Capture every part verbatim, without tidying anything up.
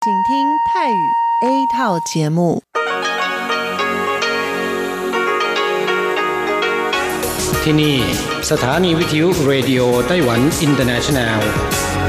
请听泰语 A 套节目。 ที่นี่สถานีวิทยุเรดิโอไต้หวันอินเตอร์เนชั่นแนลก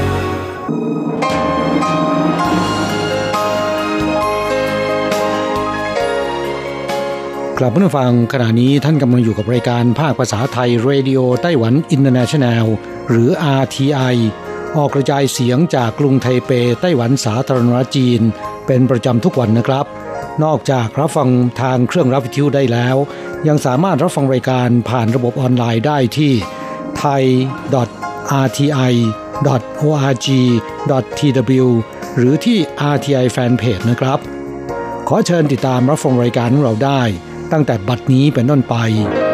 ลับมาฟังขณะนี้ท่านกำลังอยู่กับรายการภาคภาษาไทยเรดิโอไต้หวันอินเตอร์เนชั่นแนลหรือ อาร์ ที ไอ ออกกระจายเสียงจากกรุงไทเปไต้หวันสาธารณรัฐจีนเป็นประจำทุกวันนะครับนอกจากรับฟังทางเครื่องรับวิทยุได้แล้วยังสามารถรับฟังรายการผ่านระบบออนไลน์ได้ที่ ไทย ดอท อาร์ ที ไอ ดอท โอ อาร์ จี ดอท ที ดับเบิลยู หรือที่ อาร์ ที ไอ Fanpage นะครับขอเชิญติดตามรับฟังรายการของเราได้ตั้งแต่บัดนี้เป็นต้นไป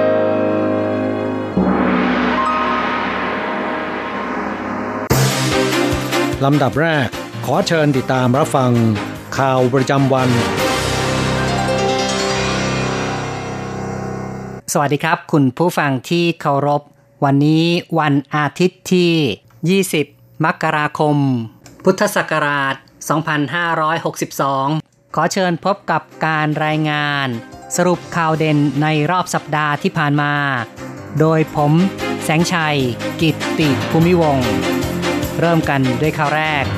ลำดับแรกขอเชิญติดตามรับฟังข่าวประจำวันสวัสดีครับคุณผู้ฟังที่เคารพวันนี้วันอาทิตย์ที่ยี่สิบมกราคมพุทธศักราชสองพันห้าร้อยหกสิบสองขอเชิญพบกับการรายงานสรุปข่าวเด่นในรอบสัปดาห์ที่ผ่านมาโดยผมแสงชัยกิตติภูมิวงศ์เริ่มกันด้วยข่าวแรก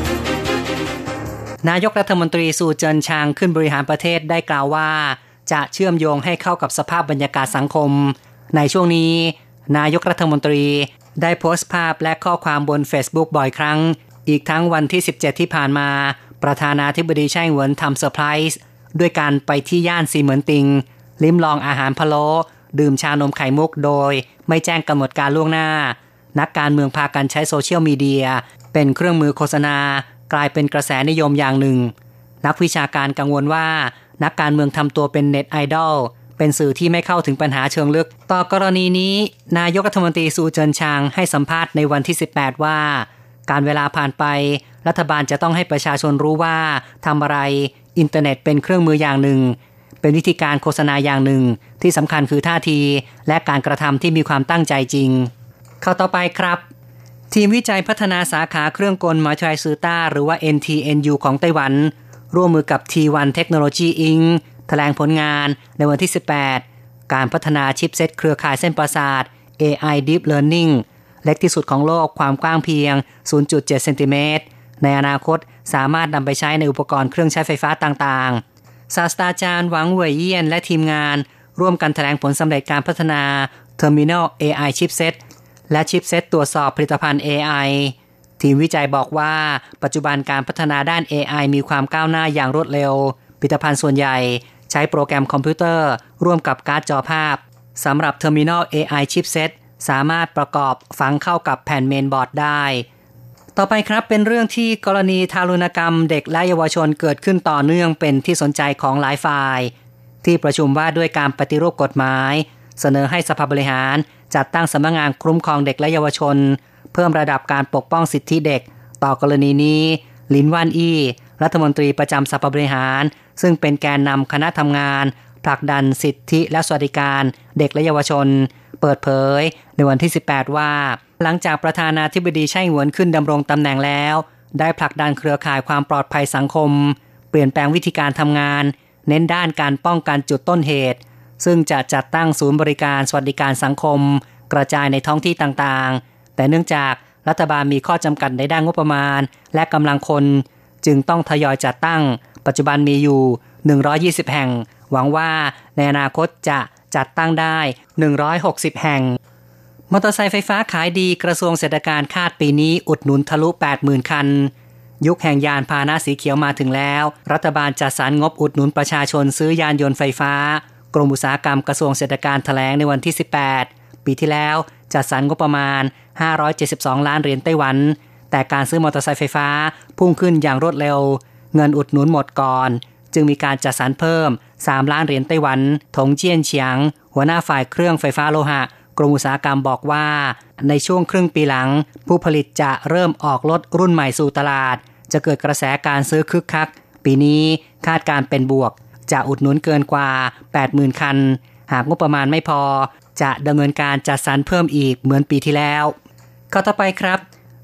นายกรัฐมนตรีซูเจินชางขึ้นบริหารประเทศได้กล่าวว่าจะเชื่อมโยงให้เข้ากับสภาพบรรยากาศสังคมในช่วงนี้นายกรัฐมนตรีได้โพสต์ภาพและข้อความบน Facebook บ่อยครั้งอีกทั้งวันที่สิบเจ็ดที่ผ่านมาประธานาธิบดีไช่เหวินทำเซอร์ไพรส์ด้วยการไปที่ย่านซีเหมินติงลิ้มลองอาหารพะโล้ดื่มชานมไข่มุกโดยไม่แจ้งกำหนดการล่วงหน้านักการเมืองพากันใช้โซเชียลมีเดียเป็นเครื่องมือโฆษณากลายเป็นกระแสนิยมอย่างหนึ่งนักวิชาการกังวลว่านักการเมืองทำตัวเป็นเน็ตไอดอลเป็นสื่อที่ไม่เข้าถึงปัญหาเชิงลึกต่อกรณีนี้นายกรัฐมนตรีซูเจินชางให้สัมภาษณ์ในวันที่สิบแปดว่าการเวลาผ่านไปรัฐบาลจะต้องให้ประชาชนรู้ว่าทำอะไรอินเทอร์เน็ตเป็นเครื่องมืออย่างหนึ่งเป็นวิธีการโฆษณาอย่างหนึ่งที่สำคัญคือท่าทีและการกระทำที่มีความตั้งใจจริงเข้าต่อไปครับทีมวิจัยพัฒนาสาขาเครื่องกลมหาวิทยาลัยซือต้าหรือว่า เอ็น ที เอ็น ยู ของไต้หวันร่วมมือกับ ที วัน Technology อิง แถลงผลงานในวันที่สิบแปดการพัฒนาชิปเซ็ตเครือข่ายเส้นประสาท เอ ไอ Deep Learning เล็กที่สุดของโลกความกว้างเพียง ศูนย์จุดเจ็ด เซนติเมตรในอนาคตสามารถนำไปใช้ในอุปกรณ์เครื่องใช้ไฟฟ้าต่างๆศาสตราจารย์หวังเหวยเยี่ยนและทีมงานร่วมกันแถลงผลสำเร็จการพัฒนา Terminal เอ ไอ Chipset และชิปเซ็ตตรวจสอบผลิตภัณฑ์ เอ ไอ ทีมวิจัยบอกว่าปัจจุบันการพัฒนาด้าน เอ ไอ มีความก้าวหน้าอย่างรวดเร็วผลิตภัณฑ์ส่วนใหญ่ใช้โปรแกรมคอมพิวเตอร์ร่วมกับการ์ดจอภาพสำหรับ Terminal เอ ไอ Chipset สามารถประกอบฝังเข้ากับแผ่นเมนบอร์ดได้ต่อไปครับเป็นเรื่องที่กรณีทารุณกรรมเด็กและเยาวชนเกิดขึ้นต่อเนื่องเป็นที่สนใจของหลายฝ่ายที่ประชุมว่าด้วยการปฏิรูปกฎหมายเสนอให้สภาบริหารจัดตั้งสำนักงานคุ้มครองเด็กและเยาวชนเพิ่มระดับการปกป้องสิทธิเด็กต่อกรณีนี้ลินว่านอี้รัฐมนตรีประจำสภาบริหารซึ่งเป็นแกนนำคณะทำงานผลักดันสิทธิและสวัสดิการเด็กและเยาวชนเปิดเผยในวันที่สิบแปดว่าหลังจากประธานาธิบดีไช่เหวินขึ้นดำรงตำแหน่งแล้วได้ผลักดันเครือข่ายความปลอดภัยสังคมเปลี่ยนแปลงวิธีการทำงานเน้นด้านการป้องกันจุดต้นเหตุซึ่งจะจัดตั้งศูนย์บริการสวัสดิการสังคมกระจายในท้องที่ต่างๆแต่เนื่องจากรัฐบาลมีข้อจำกัดในด้านงบประมาณและกำลังคนจึงต้องทยอยจัดตั้งปัจจุบันมีอยู่หนึ่งร้อยยี่สิบแห่งหวังว่าในอนาคตจะจัดตั้งได้หนึ่งร้อยหกสิบแห่งมอเตอร์ไซค์ไฟฟ้าขายดีกระทรวงเศรษฐกิจคาดปีนี้อุดหนุนทะลุ แปดหมื่น คันยุคแห่งยานพาหนะสีเขียวมาถึงแล้วรัฐบาลจัดสรรงบอุดหนุนประชาชนซื้อยานยนต์ไฟฟ้ากรมอุตสาหกรรมกระทรวงเศรษฐกิจแถลงในวันที่สิบแปดปีที่แล้วจัดสรรงบประมาณห้าร้อยเจ็ดสิบสองล้านเหรียญไต้หวันแต่การซื้อมอเตอร์ไซค์ไฟฟ้าพุ่งขึ้นอย่างรวดเร็วเงินอุดหนุนหมดก่อนจึงมีการจัดสรรเพิ่มสามล้านเหรียญไต้หวันถงเจี้ยนเฉียงหัวหน้าฝ่ายเครื่องไฟฟ้าโลหะกรมอุตสาหกรรมบอกว่าในช่วงครึ่งปีหลังผู้ผลิตจะเริ่มออกรถรุ่นใหม่สู่ตลาดจะเกิดกระแสการซื้อคึกคักปีนี้คาดการเป็นบวกจะอุดหนุนเกินกว่า แปดหมื่น คันหากงบประมาณไม่พอจะดำเนินการจัดสรรเพิ่มอีกเหมือนปีที่แล้วข้อต่อไปครับ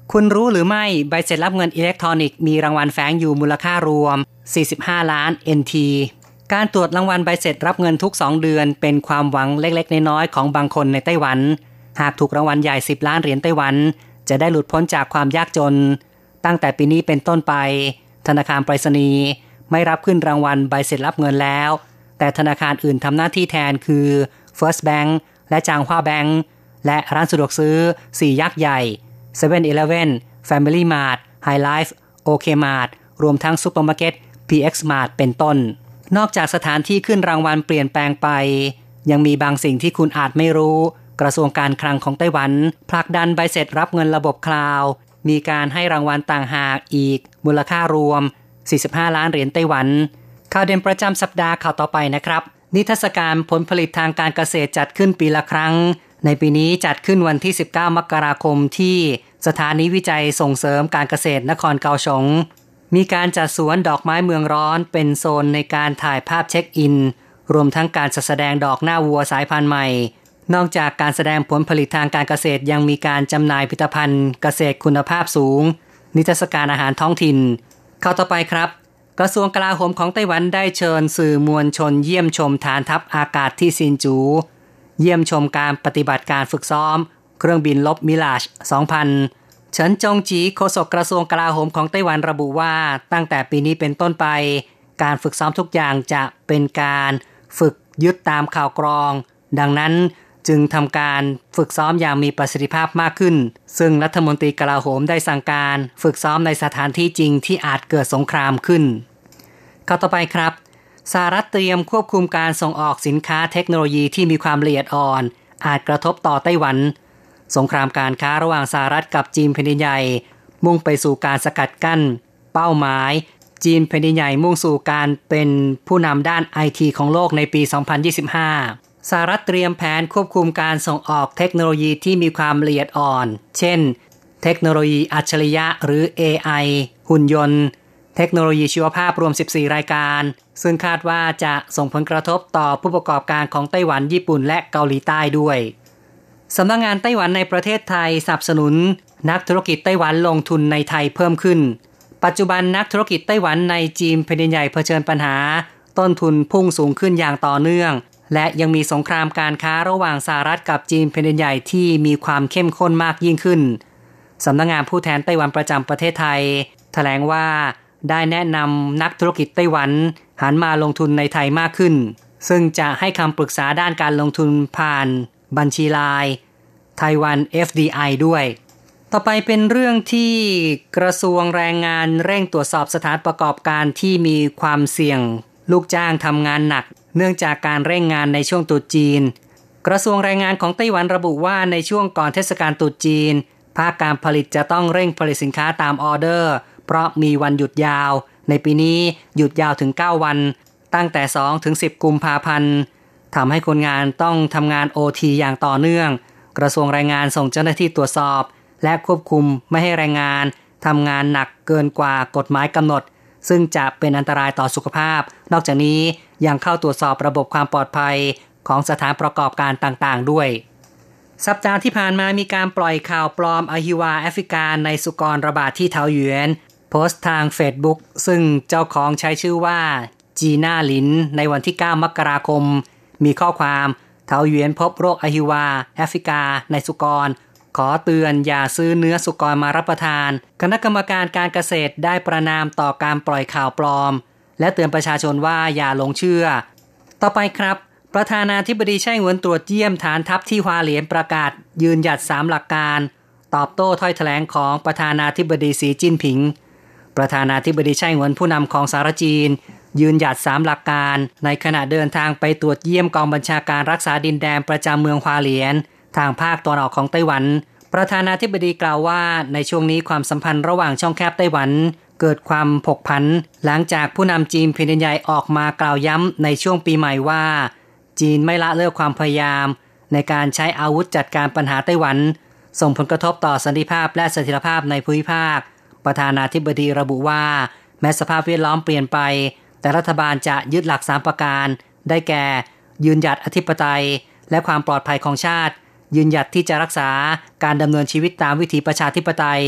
คุณรู้หรือไม่ใบเสร็จรับเงินอิเล็กทรอนิกส์มีรางวัลแฝงอยู่มูลค่ารวมสี่สิบห้าล้าน เอ็น ที การตรวจรางวัลใบเสร็จรับเงินทุกสองเดือนเป็นความหวังเล็กๆน้อยๆของบางคนในไต้หวันหากถูกรางวัลใหญ่สิบล้านเหรียญไต้หวันจะได้หลุดพ้นจากความยากจนตั้งแต่ปีนี้เป็นต้นไปธนาคารไปรษณีย์ไม่รับขึ้นรางวัลใบเสร็จรับเงินแล้วแต่ธนาคารอื่นทำหน้าที่แทนคือ First Bank และจางฮวาแบงก์และร้านสะดวกซื้อสี่ยักษ์ใหญ่เซเว่นอีเลฟเว่น Family Mart High Life OK Mart รวมทั้งซุปเปอร์มาร์เก็ต พี เอ็กซ์ Mart เป็นต้นนอกจากสถานที่ขึ้นรางวัลเปลี่ยนแปลงไปยังมีบางสิ่งที่คุณอาจไม่รู้กระทรวงการคลังของไต้หวันผลักดันใบเสร็จรับเงินระบบคลาวด์มีการให้รางวัลต่างหากอีกมูลค่ารวมสี่สิบห้าล้านเหรียญไต้หวันข่าวเด่นประจำสัปดาห์ข่าวต่อไปนะครับนิทรรศการผลผลิตทางการเกษตรจัดขึ้นปีละครั้งในปีนี้จัดขึ้นวันที่สิบเก้ามกราคมที่สถานีวิจัยส่งเสริมการเกษตรนครเกาสงมีการจัดสวนดอกไม้เมืองร้อนเป็นโซนในการถ่ายภาพเช็คอินรวมทั้งการจัดแสดงดอกหน้าวัวสายพันธุ์ใหม่นอกจากการแสดงผลผลิตทางการเกษตรยังมีการจำหน่ายผลิตภัณฑ์เกษตรคุณภาพสูงนิทรรศการอาหารท้องถิ่นเข้าต่อไปครับกระทรวงกลาโหมของไต้หวันได้เชิญสื่อมวลชนเยี่ยมชมฐานทัพอากาศที่ซินจูเยี่ยมชมการปฏิบัติการฝึกซ้อมเครื่องบินลบมิลาช สองพัน เฉินจงจีโฆษกกระทรวงกลาโหมของไต้หวันระบุว่าตั้งแต่ปีนี้เป็นต้นไปการฝึกซ้อมทุกอย่างจะเป็นการฝึกยึดตามข่าวกรองดังนั้นจึงทำการฝึกซ้อมอย่างมีประสิทธิภาพมากขึ้นซึ่งรัฐมนตรีกลาโหมได้สั่งการฝึกซ้อมในสถานที่จริงที่อาจเกิดสงครามขึ้นข้อต่อไปครับสหรัฐเตรียมควบคุมการส่งออกสินค้าเทคโนโลยีที่มีความละเอียดอ่อนอาจกระทบต่อไต้หวันสงครามการค้าระหว่างสหรัฐกับจีนแผ่นดินใหญ่มุ่งไปสู่การสกัดกั้นเป้าหมายจีนแผ่นดินใหญ่มุ่งสู่การเป็นผู้นำด้าน ไอ ที ของโลกในปี สองพันยี่สิบห้าสหรัฐเตรียมแผนควบคุมการส่งออกเทคโนโลยีที่มีความละเอียดอ่อนเช่นเทคโนโลยีอัจฉริยะหรือ เอ ไอ หุ่นยนต์เทคโนโลยีชีวภาพรวมสิบสี่รายการซึ่งคาดว่าจะส่งผลกระทบต่อผู้ประกอบการของไต้หวันญี่ปุ่นและเกาหลีใต้ด้วยสำนักงานไต้หวันในประเทศไทยสนับสนุนนักธุรกิจไต้หวันลงทุนในไทยเพิ่มขึ้นปัจจุบันนักธุรกิจไต้หวันในจีนแผ่นดินใหญ่เผชิญปัญหาต้นทุนพุ่งสูงขึ้นอย่างต่อเนื่องและยังมีสงครามการค้าระหว่างสหรัฐกับจีนแผ่นดินใหญ่ที่มีความเข้มข้นมากยิ่งขึ้นสำนักงานผู้แทนไต้หวันประจำประเทศไทยแถลงว่าได้แนะนำนักธุรกิจไต้หวันหันมาลงทุนในไทยมากขึ้นซึ่งจะให้คำปรึกษาด้านการลงทุนผ่านบัญชีไลน์ไต้หวัน เอฟ ดี ไอ ด้วยต่อไปเป็นเรื่องที่กระทรวงแรงงานเร่งตรวจสอบสถานประกอบการที่มีความเสี่ยงลูกจ้างทำงานหนักเนื่องจากการเร่งงานในช่วงตรุษจีนกระทรวงแรงงานของไต้หวันระบุว่าในช่วงก่อนเทศกาลตรุษจีนภาคการผลิตจะต้องเร่งผลิตสินค้าตามออเดอร์เพราะมีวันหยุดยาวในปีนี้หยุดยาวถึงเก้าวันตั้งแต่สองถึงสิบกุมภาพันธ์ทำให้คนงานต้องทำงาน โอ ที อย่างต่อเนื่องกระทรวงแรงงานส่งเจ้าหน้าที่ตรวจสอบและควบคุมไม่ให้แรงงานทำงานหนักเกินกว่ากฎหมายกำหนดซึ่งจะเป็นอันตรายต่อสุขภาพนอกจากนี้ยังเข้าตรวจสอบระบบความปลอดภัยของสถานประกอบการต่างๆด้วยสัปดาห์ที่ผ่านมามีการปล่อยข่าวปลอมอหิวาแอฟริกาในสุกรระบาดที่เทาหยวนโพสต์ทาง Facebook ซึ่งเจ้าของใช้ชื่อว่าจีน่าลินในวันที่เก้ามกราคมมีข้อความเทาหยวนพบโรคอหิวาแอฟริกาในสุกรขอเตือนอย่าซื้อเนื้อสุกรมารับประทานคณะกรรมการการเกษตรได้ประณามต่อการปล่อยข่าวปลอมและเตือนประชาชนว่าอย่าหลงเชื่อต่อไปครับประธานาธิบดีไช่หงวนตรวจเยี่ยมฐานทัพที่ฮวาเหลียนประกาศยืนหยัดสามหลักการตอบโต้ถ้อยแถลงของประธานาธิบดีสีจิ้นผิงประธานาธิบดีไช่หงวนผู้นำของสหรัฐจีนยืนหยัดสามหลักการในขณะเดินทางไปตรวจเยี่ยมกองบัญชาการรักษาดินแดนประจำเมืองฮวาเหลียนทางภาคตะวันออกของไต้หวันประธานาธิบดีกล่าวว่าในช่วงนี้ความสัมพันธ์ระหว่างช่องแคบไต้หวันเกิดความผกผันหลังจากผู้นำจีนแผ่นดินใหญ่ออกมากล่าวย้ำในช่วงปีใหม่ว่าจีนไม่ละเลิกความพยายามในการใช้อาวุธจัดการปัญหาไต้หวันส่งผลกระทบต่อสันติภาพและเสถียรภาพในภูมิภาคประธานาธิบดีระบุว่าแม้สภาพแวดล้อมเปลี่ยนไปแต่รัฐบาลจะยึดหลักสามประการได้แก่ยืนหยัดอธิปไตยและความปลอดภัยของชาติยืนหยัดที่จะรักษาการดำเนินชีวิตตามวิถีประชาธิปไตย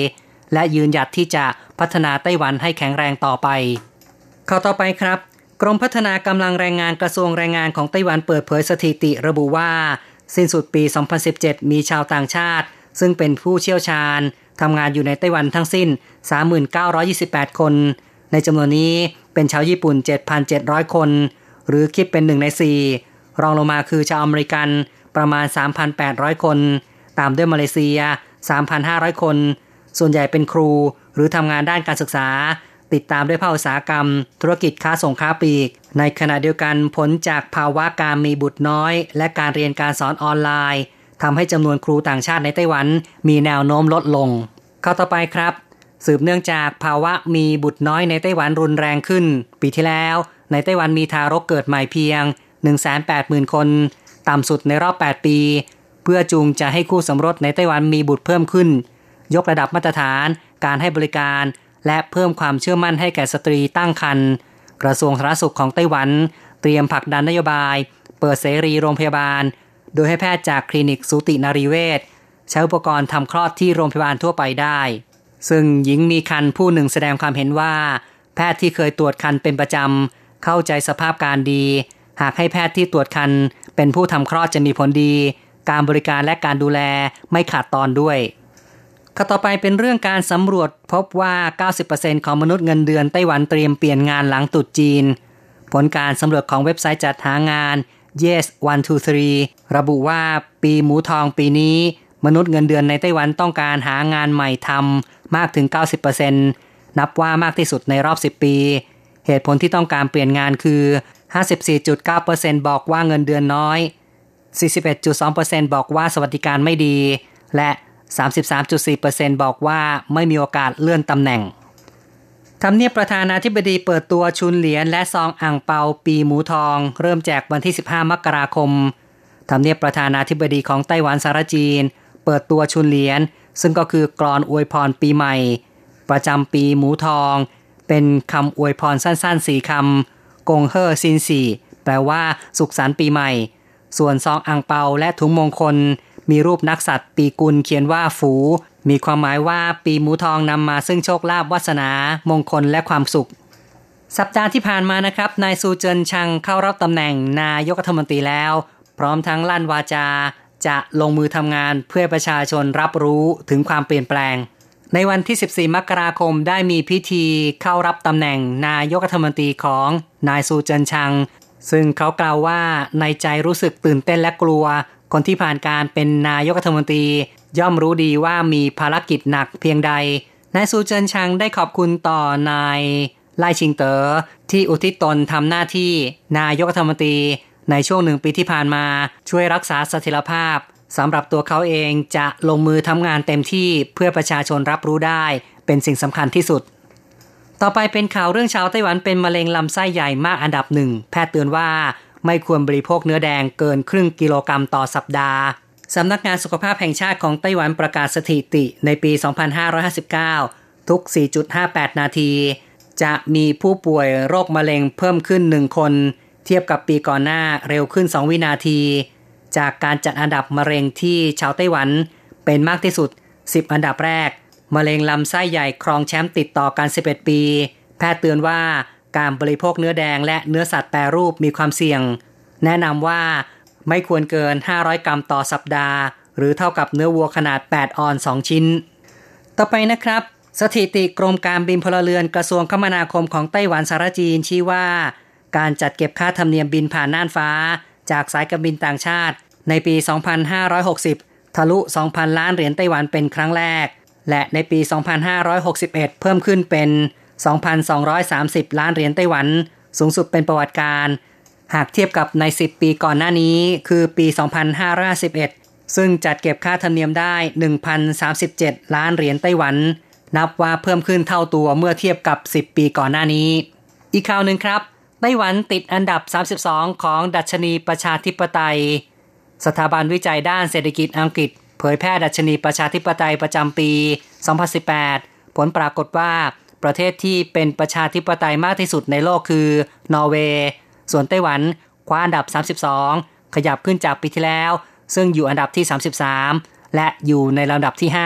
และยืนหยัดที่จะพัฒนาไต้หวันให้แข็งแรงต่อไปข้อต่อไปครับกรมพัฒนากำลังแรงงานกระทรวงแรงงานของไต้หวันเปิดเผยสถิติระบุว่าสิ้นสุดปีสองพันสิบเจ็ดมีชาวต่างชาติซึ่งเป็นผู้เชี่ยวชาญทำงานอยู่ในไต้หวันทั้งสิ้น สามหมื่นเก้าร้อยยี่สิบแปด คนในจำนวนนี้เป็นชาวญี่ปุ่น เจ็ดพันเจ็ดร้อย คนหรือคิดเป็นหนึ่งในสี่รองลงมาคือชาวอเมริกันประมาณ สามพันแปดร้อย คนตามด้วยมาเลเซีย สามพันห้าร้อย คนส่วนใหญ่เป็นครูหรือทำงานด้านการศึกษาติดตามด้วยภาคอุตสาหกรรมธุรกิจค้าส่งค้าปลีกในขณะเดียวกันผลจากภาวะการมีบุตรน้อยและการเรียนการสอนออนไลน์ทำให้จำนวนครูต่างชาติในไต้หวันมีแนวโน้มลดลงข้อต่อไปครับสืบเนื่องจากภาวะมีบุตรน้อยในไต้หวันรุนแรงขึ้นปีที่แล้วในไต้หวันมีทารกเกิดใหม่เพียง หนึ่งแสนแปดหมื่น คนต่ำสุดในรอบแปดปีเพื่อจูงจะให้คู่สมรสในไต้หวันมีบุตรเพิ่มขึ้นยกระดับมาตรฐานการให้บริการและเพิ่มความเชื่อมั่นให้แก่สตรีตั้งครรภ์กระทรวงสาธารณสุขของไต้หวันเตรียมผลักดันนโยบายเปิดเสรีโรงพยาบาลโดยให้แพทย์จากคลินิกสูตินรีเวชใช้อุปกรณ์ทำคลอดที่โรงพยาบาลทั่วไปได้ซึ่งหญิงมีครรภ์ผู้หนึ่งแสดงความเห็นว่าแพทย์ที่เคยตรวจครรภ์เป็นประจำเข้าใจสภาพการดีหากให้แพทย์ที่ตรวจครรภ์เป็นผู้ทำคลอดจะมีผลดีการบริการและการดูแลไม่ขาดตอนด้วยข้อต่อไปเป็นเรื่องการสำรวจพบว่า เก้าสิบเปอร์เซ็นต์ ของมนุษย์เงินเดือนไต้หวันเตรียมเปลี่ยนงานหลังตรุษจีนผลการสำรวจของเว็บไซต์จัดหางาน Yes หนึ่ง สอง สาม ระบุว่าปีหมูทองปีนี้มนุษย์เงินเดือนในไต้หวันต้องการหางานใหม่ทำมากถึง เก้าสิบเปอร์เซ็นต์ นับว่ามากที่สุดในรอบสิบปีเหตุผลที่ต้องการเปลี่ยนงานคือ ห้าสิบสี่จุดเก้าเปอร์เซ็นต์ บอกว่าเงินเดือนน้อย สี่สิบเอ็ดจุดสองเปอร์เซ็นต์ บอกว่าสวัสดิการไม่ดีและสามสิบสามจุดสี่เปอร์เซ็นต์ บอกว่าไม่มีโอกาสเลื่อนตำแหน่งทำเนียบประธานาธิบดีเปิดตัวชุนเหรียญและซองอ่างเปาปีหมูทองเริ่มแจกวันที่สิบห้ามกราคมทำเนียบประธานาธิบดีของไต้หวันสาธารณจีนเปิดตัวชุนเหรียญซึ่งก็คือกลอนอวยพรปีใหม่ประจำปีหมูทองเป็นคำอวยพรสั้นๆสี่คำกงเฮ่อซินสี่แปลว่าสุขสันต์ปีใหม่ส่วนซองอ่างเปาและถุงมงคลมีรูปนักสัตว์ปีกุลเขียนว่าฝูมีความหมายว่าปีหมูทองนำมาซึ่งโชคลาภวาสนามงคลและความสุขสัปดาห์ที่ผ่านมานะครับนายซูเจินชังเข้ารับตำแหน่งนายกรัฐมนตรีแล้วพร้อมทั้งลั่นวาจาจะลงมือทำงานเพื่อประชาชนรับรู้ถึงความเปลี่ยนแปลงในวันที่สิบสี่มกราคมได้มีพิธีเข้ารับตำแหน่งนายกรัฐมนตรีของนายซูเจินชังซึ่งเขากล่าวว่าในใจรู้สึกตื่นเต้นและกลัวคนที่ผ่านการเป็นนายกรัฐมนตรีย่อมรู้ดีว่ามีภารกิจหนักเพียงใดนายซูเจินชังได้ขอบคุณต่อนายไล่ชิงเต๋อที่อุทิศตนทำหน้าที่นายกรัฐมนตรีในช่วงหนึ่งปีที่ผ่านมาช่วยรักษาเสถียรภาพสำหรับตัวเขาเองจะลงมือทำงานเต็มที่เพื่อประชาชนรับรู้ได้เป็นสิ่งสำคัญที่สุดต่อไปเป็นข่าวเรื่องชาวไต้หวันเป็นมะเร็งลำไส้ใหญ่มากอันดับหนึ่งแพทย์เตือนว่าไม่ควรบริโภคเนื้อแดงเกินครึ่งกิโลกรัมต่อสัปดาห์สำนักงานสุขภาพแห่งชาติของไต้หวันประกาศสถิติในปีสองพันห้าร้อยห้าสิบเก้าทุก สี่จุดห้าแปด นาทีจะมีผู้ป่วยโรคมะเร็งเพิ่มขึ้นหนึ่งคนเทียบกับปีก่อนหน้าเร็วขึ้นสองวินาทีจากการจัดอันดับมะเร็งที่ชาวไต้หวันเป็นมากที่สุดสิบอันดับแรกมะเร็งลำไส้ใหญ่ครองแชมป์ติดต่อกันสิบเอ็ดปีแพทย์เตือนว่าการบริโภคเนื้อแดงและเนื้อสัตว์แปรรูปมีความเสี่ยงแนะนำว่าไม่ควรเกินห้าร้อยกรัมต่อสัปดาห์หรือเท่ากับเนื้อวัวขนาดแปดออนซ์สองชิ้นต่อไปนะครับสถิติกรมการบินพลเรือนกระทรวงคมนาคมของไต้หวันสาธารณจีนชี้ว่าการจัดเก็บค่าธรรมเนียมบินผ่านน่านฟ้าจากสายการบินต่างชาติในปีสองพันห้าร้อยหกสิบทะลุ สองพัน ล้านเหรียญไต้หวันเป็นครั้งแรกและในปีสองพันห้าร้อยหกสิบเอ็ดเพิ่มขึ้นเป็น สองพันสองร้อยสามสิบ ล้านเหรียญไต้หวันสูงสุดเป็นประวัติการหากเทียบกับในสิบปีก่อนหน้านี้คือปีสองพันห้าร้อยห้าสิบเอ็ดซึ่งจัดเก็บค่าธรรมเนียมได้ หนึ่งพันสามสิบเจ็ด ล้านเหรียญไต้หวันนับว่าเพิ่มขึ้นเท่าตัวเมื่อเทียบกับสิบปีก่อนหน้านี้อีกข่าวหนึ่งครับไต้หวันติดอันดับสามสิบสองของดัชนีประชาธิปไตยสถาบันวิจัยด้านเศรษฐกิจอังกฤษเผยแพร่ดัชนีประชาธิปไตยประจำปีสองพันสิบแปดผลปรากฏว่าประเทศที่เป็นประชาธิปไตยมากที่สุดในโลกคือนอร์เวย์ส่วนไต้หวันคว้าอันดับสามสิบสองขยับขึ้นจากปีที่แล้วซึ่งอยู่อันดับที่สามสิบสามและอยู่ในลำดับที่ห้า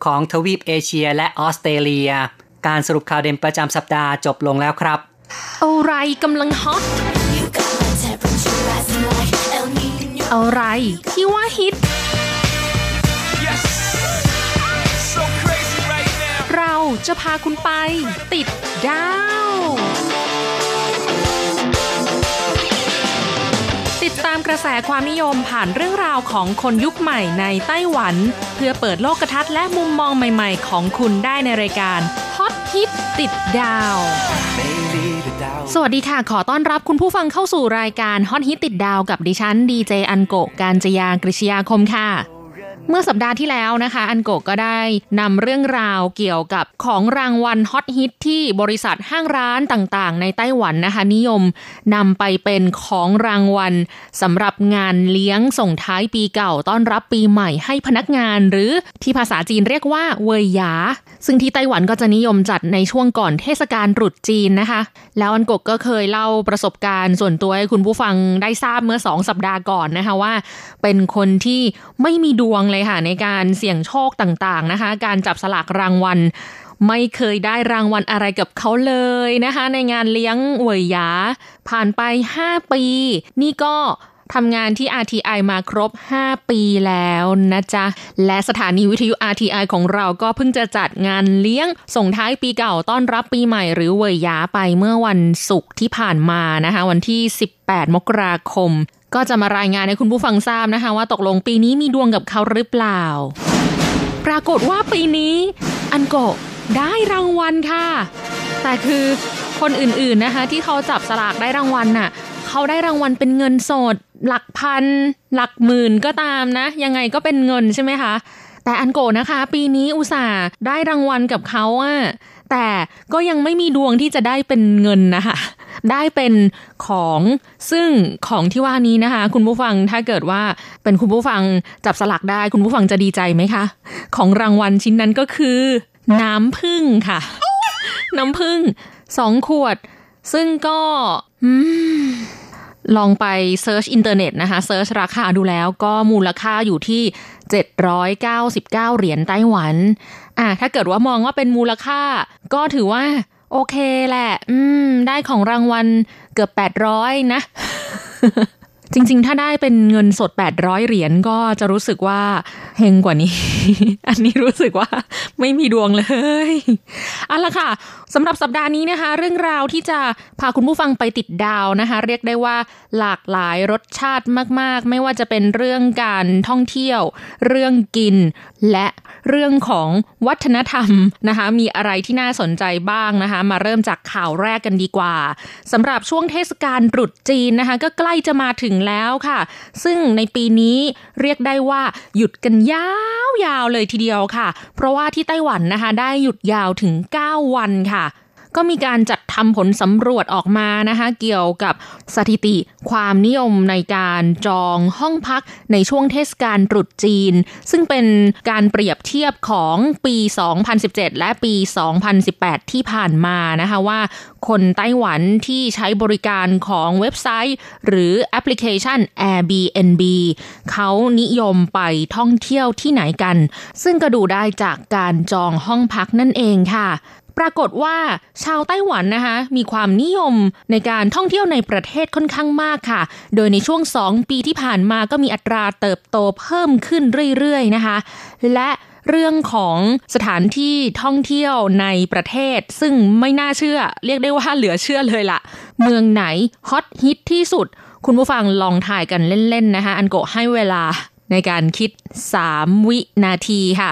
ของทวีปเอเชียและออสเตรเลียการสรุปข่าวเด่นประจำสัปดาห์จบลงแล้วครับอะไรกำลังฮอตอะไรที่ว่าฮิตเราจะพาคุณไปติดดาวติดตามกระแสความนิยมผ่านเรื่องราวของคนยุคใหม่ในไต้หวันเพื่อเปิดโลกทัศน์และมุมมองใหม่ๆของคุณได้ในรายการฮอตฮิตติดดาวสวัสดีค่ะขอต้อนรับคุณผู้ฟังเข้าสู่รายการฮอตฮิตติดดาวกับดิฉันดีเจอันโกะกาญจยากฤษยาคมค่ะเมื่อสัปดาห์ที่แล้วนะคะอันโกะก็ได้นำเรื่องราวเกี่ยวกับของรางวัลฮอตฮิตที่บริษัทห้างร้านต่างๆในไต้หวันนะคะนิยมนำไปเป็นของรางวัลสำหรับงานเลี้ยงส่งท้ายปีเก่าต้อนรับปีใหม่ให้พนักงานหรือที่ภาษาจีนเรียกว่าเวยหยาซึ่งที่ไต้หวันก็จะนิยมจัดในช่วงก่อนเทศกาลตรุษจีนนะคะแล้วอันโกะก็เคยเล่าประสบการณ์ส่วนตัวให้คุณผู้ฟังได้ทราบเมื่อสองสัปดาห์ก่อนนะคะว่าเป็นคนที่ไม่มีดวงเลยค่ะในการเสี่ยงโชคต่างๆนะคะการจับสลากรางวัลไม่เคยได้รางวัลอะไรกับเขาเลยนะคะในงานเลี้ยงเวยหยาผ่านไปห้าปีนี่ก็ทำงานที่ อาร์ ที ไอ มาครบห้าปีแล้วนะจ๊ะและสถานีวิทยุ อาร์ ที ไอ ของเราก็เพิ่งจะจัดงานเลี้ยงส่งท้ายปีเก่าต้อนรับปีใหม่หรือเวยหยาไปเมื่อวันศุกร์ที่ผ่านมานะคะวันที่สิบแปดมกราคมก็จะมารายงานให้คุณผู้ฟังทราบนะคะว่าตกลงปีนี้มีดวงกับเขาหรือเปล่าปรากฏว่าปีนี้อันโกะได้รางวัลค่ะแต่คือคนอื่นๆนะคะที่เขาจับสลากได้รางวัลน่ะเขาได้รางวัลเป็นเงินสดหลักพันหลักหมื่นก็ตามนะยังไงก็เป็นเงินใช่ไหมคะแต่อันโกะนะคะปีนี้อุตส่าห์ได้รางวัลกับเขาอะแต่ก็ยังไม่มีดวงที่จะได้เป็นเงินนะคะได้เป็นของซึ่งของที่ว่านี้นะคะคุณผู้ฟังถ้าเกิดว่าเป็นคุณผู้ฟังจับสลักได้คุณผู้ฟังจะดีใจไหมคะของรางวัลชิ้นนั้นก็คือน้ำผึ้งค่ะ น้ำผึ้งสองขวดซึ่งก็ลองไปเซิร์ชอินเทอร์เน็ตนะคะเซิร์ชราคาดูแล้วก็มูลค่าอยู่ที่เจ็ดร้อยเก้าสิบเก้าเหรียญไต้หวันอ่ะถ้าเกิดว่ามองว่าเป็นมูลค่าก็ถือว่าโอเคแหละอืมได้ของรางวัลเกือบแปดร้อยนะ จริงๆถ้าได้เป็นเงินสดแปดร้อยเหรียญก็จะรู้สึกว่าเฮงกว่านี้ อันนี้รู้สึกว่าไม่มีดวงเลยเอาล่ะค่ะสำหรับสัปดาห์นี้นะคะเรื่องราวที่จะพาคุณผู้ฟังไปติดดาวนะคะเรียกได้ว่าหลากหลายรสชาติมากๆไม่ว่าจะเป็นเรื่องการท่องเที่ยวเรื่องกินและเรื่องของวัฒนธรรมนะคะมีอะไรที่น่าสนใจบ้างนะคะมาเริ่มจากข่าวแรกกันดีกว่าสำหรับช่วงเทศกาลตรุษจีนนะคะก็ใกล้จะมาถึงแล้วค่ะซึ่งในปีนี้เรียกได้ว่าหยุดกันยาวๆเลยทีเดียวค่ะเพราะว่าที่ไต้หวันนะคะได้หยุดยาวถึงเก้าวันค่ะก็มีการจัดทำผลสำรวจออกมานะคะเกี่ยวกับสถิติความนิยมในการจองห้องพักในช่วงเทศกาลตรุษจีนซึ่งเป็นการเปรียบเทียบของปีสองพันสิบเจ็ดและปีสองพันสิบแปดที่ผ่านมานะคะว่าคนไต้หวันที่ใช้บริการของเว็บไซต์หรือแอปพลิเคชัน Airbnb เขานิยมไปท่องเที่ยวที่ไหนกันซึ่งก็ดูได้จากการจองห้องพักนั่นเองค่ะปรากฏว่าชาวไต้หวันนะคะมีความนิยมในการท่องเที่ยวในประเทศค่อนข้างมากค่ะโดยในช่วงสองปีที่ผ่านมาก็มีอัตราเติบโตเพิ่มขึ้นเรื่อยๆนะคะและเรื่องของสถานที่ท่องเที่ยวในประเทศซึ่งไม่น่าเชื่อเรียกได้ว่าเหลือเชื่อเลยล่ะเมืองไหนฮอตฮิตที่สุดคุณผู้ฟังลองถ่ายกันเล่นๆนะคะอันโกะให้เวลาในการคิดสามวินาทีค่ะ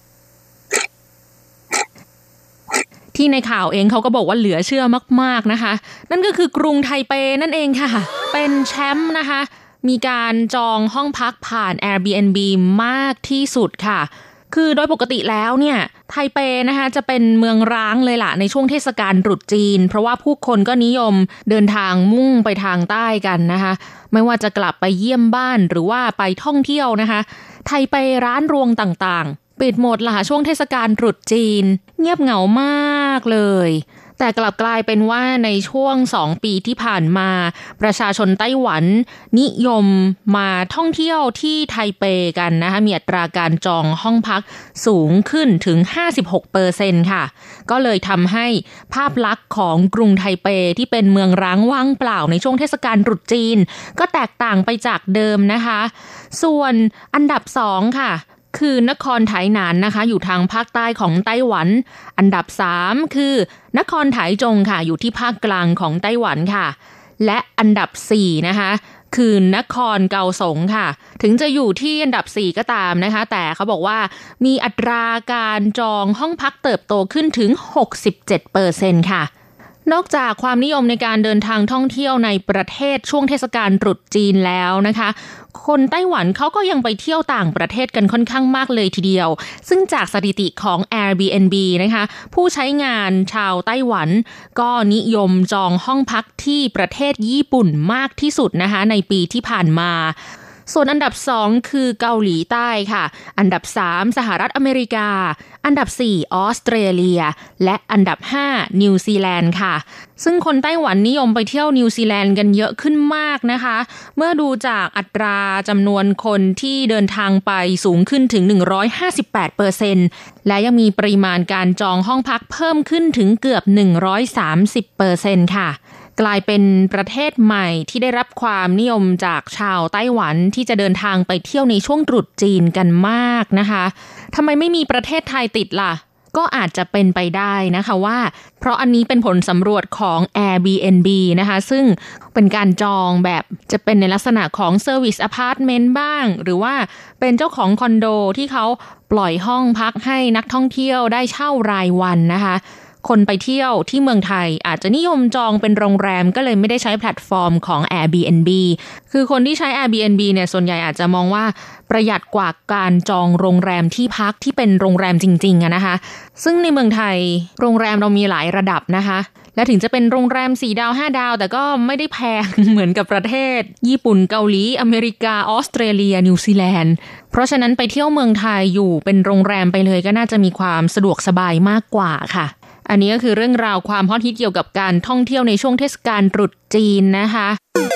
ที่ในข่าวเองเขาก็บอกว่าเหลือเชื่อมากๆนะคะนั่นก็คือกรุงไทเปนั่นเองค่ะเป็นแชมป์นะคะมีการจองห้องพักผ่าน Airbnb มากที่สุดค่ะคือโดยปกติแล้วเนี่ยไทเปนะคะจะเป็นเมืองร้างเลยล่ะในช่วงเทศกาลตรุษจีนเพราะว่าผู้คนก็นิยมเดินทางมุ่งไปทางใต้กันนะคะไม่ว่าจะกลับไปเยี่ยมบ้านหรือว่าไปท่องเที่ยวนะคะไทเปร้านรวงต่างๆปิดหมดล่ะช่วงเทศกาลตรุษจีนเงียบเหงามากเลยแต่กลับกลายเป็นว่าในช่วงสองปีที่ผ่านมาประชาชนไต้หวันนิยมมาท่องเที่ยวที่ไทเปกันนะคะมีอัตราการจองห้องพักสูงขึ้นถึง ห้าสิบหกเปอร์เซ็นต์ ค่ะก็เลยทำให้ภาพลักษณ์ของกรุงไทเปที่เป็นเมืองร้างว่างเปล่าในช่วงเทศกาลตรุษจีนก็แตกต่างไปจากเดิมนะคะส่วนอันดับสองค่ะคือนครไถหนานนะคะอยู่ทางภาคใต้ของไต้หวันอันดับสามคือนครไถจงค่ะอยู่ที่ภาคกลางของไต้หวันค่ะและอันดับสี่นะคะคือนครเกาสงค่ะถึงจะอยู่ที่อันดับสี่ก็ตามนะคะแต่เขาบอกว่ามีอัตราการจองห้องพักเติบโตขึ้นถึง หกสิบเจ็ดเปอร์เซ็นต์ ค่ะนอกจากความนิยมในการเดินทางท่องเที่ยวในประเทศช่วงเทศกาลตรุษจีนแล้วนะคะคนไต้หวันเขาก็ยังไปเที่ยวต่างประเทศกันค่อนข้างมากเลยทีเดียวซึ่งจากสถิติของ Airbnb นะคะผู้ใช้งานชาวไต้หวันก็นิยมจองห้องพักที่ประเทศญี่ปุ่นมากที่สุดนะคะในปีที่ผ่านมาส่วนอันดับสองคือเกาหลีใต้ค่ะอันดับสามสหรัฐอเมริกาอันดับสี่ออสเตรเลียและอันดับห้านิวซีแลนด์ค่ะซึ่งคนไต้หวันนิยมไปเที่ยวนิวซีแลนด์กันเยอะขึ้นมากนะคะเมื่อดูจากอัตราจำนวนคนที่เดินทางไปสูงขึ้นถึง หนึ่งร้อยห้าสิบแปดเปอร์เซ็นต์ และยังมีปริมาณการจองห้องพักเพิ่มขึ้นถึงเกือบ หนึ่งร้อยสามสิบเปอร์เซ็นต์ ค่ะกลายเป็นประเทศใหม่ที่ได้รับความนิยมจากชาวไต้หวันที่จะเดินทางไปเที่ยวในช่วงตรุษจีนกันมากนะคะทำไมไม่มีประเทศไทยติดล่ะก็อาจจะเป็นไปได้นะคะว่าเพราะอันนี้เป็นผลสำรวจของ Airbnb นะคะซึ่งเป็นการจองแบบจะเป็นในลักษณะของ Service Apartment บ้างหรือว่าเป็นเจ้าของคอนโดที่เขาปล่อยห้องพักให้นักท่องเที่ยวได้เช่ารายวันนะคะคนไปเที่ยวที่เมืองไทยอาจจะนิยมจองเป็นโรงแรมก็เลยไม่ได้ใช้แพลตฟอร์มของ Airbnb คือคนที่ใช้ Airbnb เนี่ยส่วนใหญ่อาจจะมองว่าประหยัดกว่าการจองโรงแรมที่พักที่เป็นโรงแรมจริงๆอะนะคะซึ่งในเมืองไทยโรงแรมเรามีหลายระดับนะคะและถึงจะเป็นโรงแรมสี่ดาวห้าดาวแต่ก็ไม่ได้แพง เหมือนกับประเทศญี่ปุ่นเกาหลีอเมริกาออสเตรเลียนิวซีแลนด์เพราะฉะนั้นไปเที่ยวเมืองไทยอยู่เป็นโรงแรมไปเลยก็น่าจะมีความสะดวกสบายมากกว่าค่ะอันนี้ก็คือเรื่องราวความฮอตฮิตเกี่ยวกับการท่องเที่ยวในช่วงเทศกาลตรุษจีนนะคะ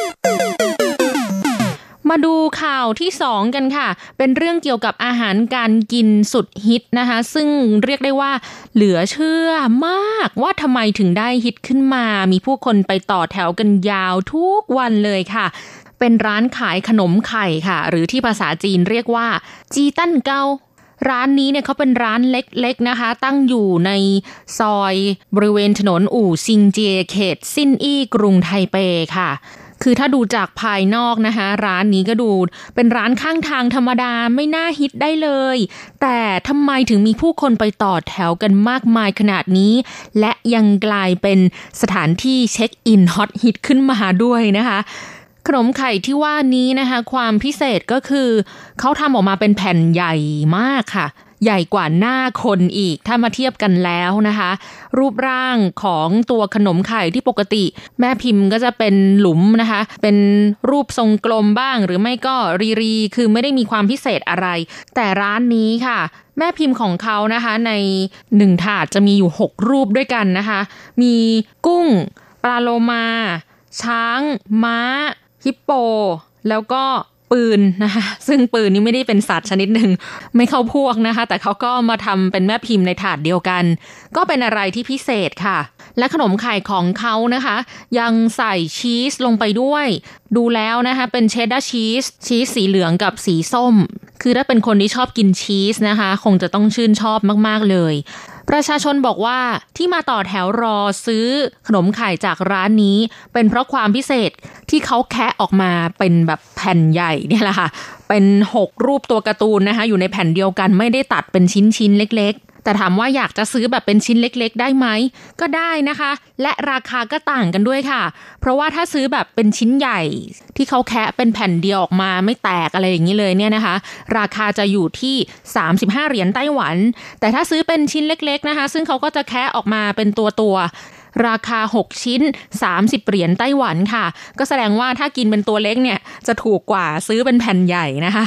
มาดูข่าวที่สองกันค่ะเป็นเรื่องเกี่ยวกับอาหารการกินสุดฮิตนะคะซึ่งเรียกได้ว่าเหลือเชื่อมากว่าทำไมถึงได้ฮิตขึ้นมามีผู้คนไปต่อแถวกันยาวทุกวันเลยค่ะเป็นร้านขายขนมไข่ค่ะหรือที่ภาษาจีนเรียกว่าจีตั้นเการ้านนี้เนี่ยเขาเป็นร้านเล็กๆนะคะตั้งอยู่ในซอยบริเวณถนนอู่ซิงเจียเขตซินอี้กรุงไทเปค่ะคือถ้าดูจากภายนอกนะคะร้านนี้ก็ดูเป็นร้านข้างทางธรรมดาไม่น่าฮิตได้เลยแต่ทำไมถึงมีผู้คนไปต่อแถวกันมากมายขนาดนี้และยังกลายเป็นสถานที่เช็คอินฮอตฮิตขึ้นมาด้วยนะคะขนมไข่ที่ว่านี้นะคะความพิเศษก็คือเขาทำออกมาเป็นแผ่นใหญ่มากค่ะใหญ่กว่าหน้าคนอีกถ้ามาเทียบกันแล้วนะคะรูปร่างของตัวขนมไข่ที่ปกติแม่พิมพ์ก็จะเป็นหลุมนะคะเป็นรูปทรงกลมบ้างหรือไม่ก็รีรีคือไม่ได้มีความพิเศษอะไรแต่ร้านนี้ค่ะแม่พิมพ์ของเขานะคะในหนึ่งถาดจะมีอยู่หกรูปด้วยกันนะคะมีกุ้งปลาโลมาช้างม้าฮิปโปแล้วก็ปืนนะคะซึ่งปืนนี่ไม่ได้เป็นสัตว์ชนิดหนึ่งไม่เข้าพวกนะคะแต่เขาก็มาทำเป็นแม่พิมพ์ในถาดเดียวกันก็เป็นอะไรที่พิเศษค่ะและขนมไข่ของเขานะคะยังใส่ชีสลงไปด้วยดูแล้วนะคะเป็นเชดดาร์ชีสชีสสีเหลืองกับสีส้มคือถ้าเป็นคนที่ชอบกินชีสนะคะคงจะต้องชื่นชอบมากๆเลยประชาชนบอกว่าที่มาต่อแถวรอซื้อขนมไข่จากร้านนี้เป็นเพราะความพิเศษที่เขาแคะออกมาเป็นแบบแผ่นใหญ่เนี่ยแหละค่ะเป็นหกรูปตัวการ์ตูนนะคะอยู่ในแผ่นเดียวกันไม่ได้ตัดเป็นชิ้นๆเล็กๆแต่ถามว่าอยากจะซื้อแบบเป็นชิ้นเล็กๆได้ไหมก็ได้นะคะและราคาก็ต่างกันด้วยค่ะเพราะว่าถ้าซื้อแบบเป็นชิ้นใหญ่ที่เขาแคะเป็นแผ่นเดียวออกมาไม่แตกอะไรอย่างนี้เลยเนี่ยนะคะราคาจะอยู่ที่สามสิบห้าเหรียญไต้หวันแต่ถ้าซื้อเป็นชิ้นเล็กๆนะคะซึ่งเขาก็จะแคะออกมาเป็นตัวๆราคาหกชิ้นสามสิบเหรียญไต้หวันค่ะก็แสดงว่าถ้ากินเป็นตัวเล็กเนี่ยจะถูกกว่าซื้อเป็นแผ่นใหญ่นะคะ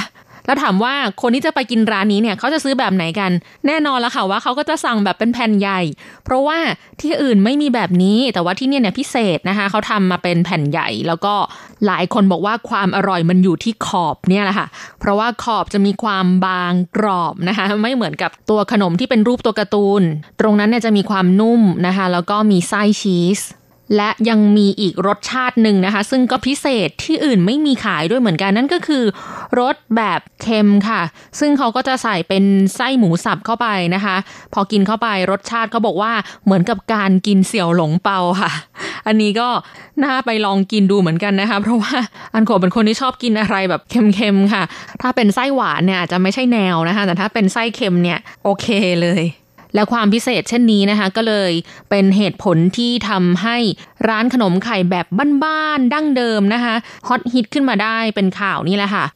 แล้วถามว่าคนที่จะไปกินร้านนี้เนี่ยเขาจะซื้อแบบไหนกันแน่นอนแล้วค่ะว่าเขาก็จะสั่งแบบเป็นแผ่นใหญ่เพราะว่าที่อื่นไม่มีแบบนี้แต่ว่าที่เนี่ยเนี่ยพิเศษนะคะเขาทำมาเป็นแผ่นใหญ่แล้วก็หลายคนบอกว่าความอร่อยมันอยู่ที่ขอบเนี่ยแหละค่ะเพราะว่าขอบจะมีความบางกรอบนะคะไม่เหมือนกับตัวขนมที่เป็นรูปตัวการ์ตูนตรงนั้นเนี่ยจะมีความนุ่มนะคะแล้วก็มีไส้ชีสและยังมีอีกรสชาติหนึ่งนะคะซึ่งก็พิเศษที่อื่นไม่มีขายด้วยเหมือนกันนั่นก็คือรสแบบเค็มค่ะซึ่งเขาก็จะใส่เป็นไส้หมูสับเข้าไปนะคะพอกินเข้าไปรสชาติเขาบอกว่าเหมือนกับการกินเสี่ยวหลงเปาค่ะอันนี้ก็น่าไปลองกินดูเหมือนกันนะคะเพราะว่าอันโขเป็นคนที่ชอบกินอะไรแบบเค็มๆค่ะถ้าเป็นไส้หวานเนี่ยอาจจะไม่ใช่แนวนะคะแต่ถ้าเป็นไส้เค็มเนี่ยโอเคเลยและความพิเศษเช่นนี้นะคะก็เลยเป็นเหตุผลที่ทำให้ร้านขนมไข่แบบบ้านๆดั้งเดิมนะคะฮอตฮิตขึ้นมาได้เป็นข่าวนี่แหละค่ะ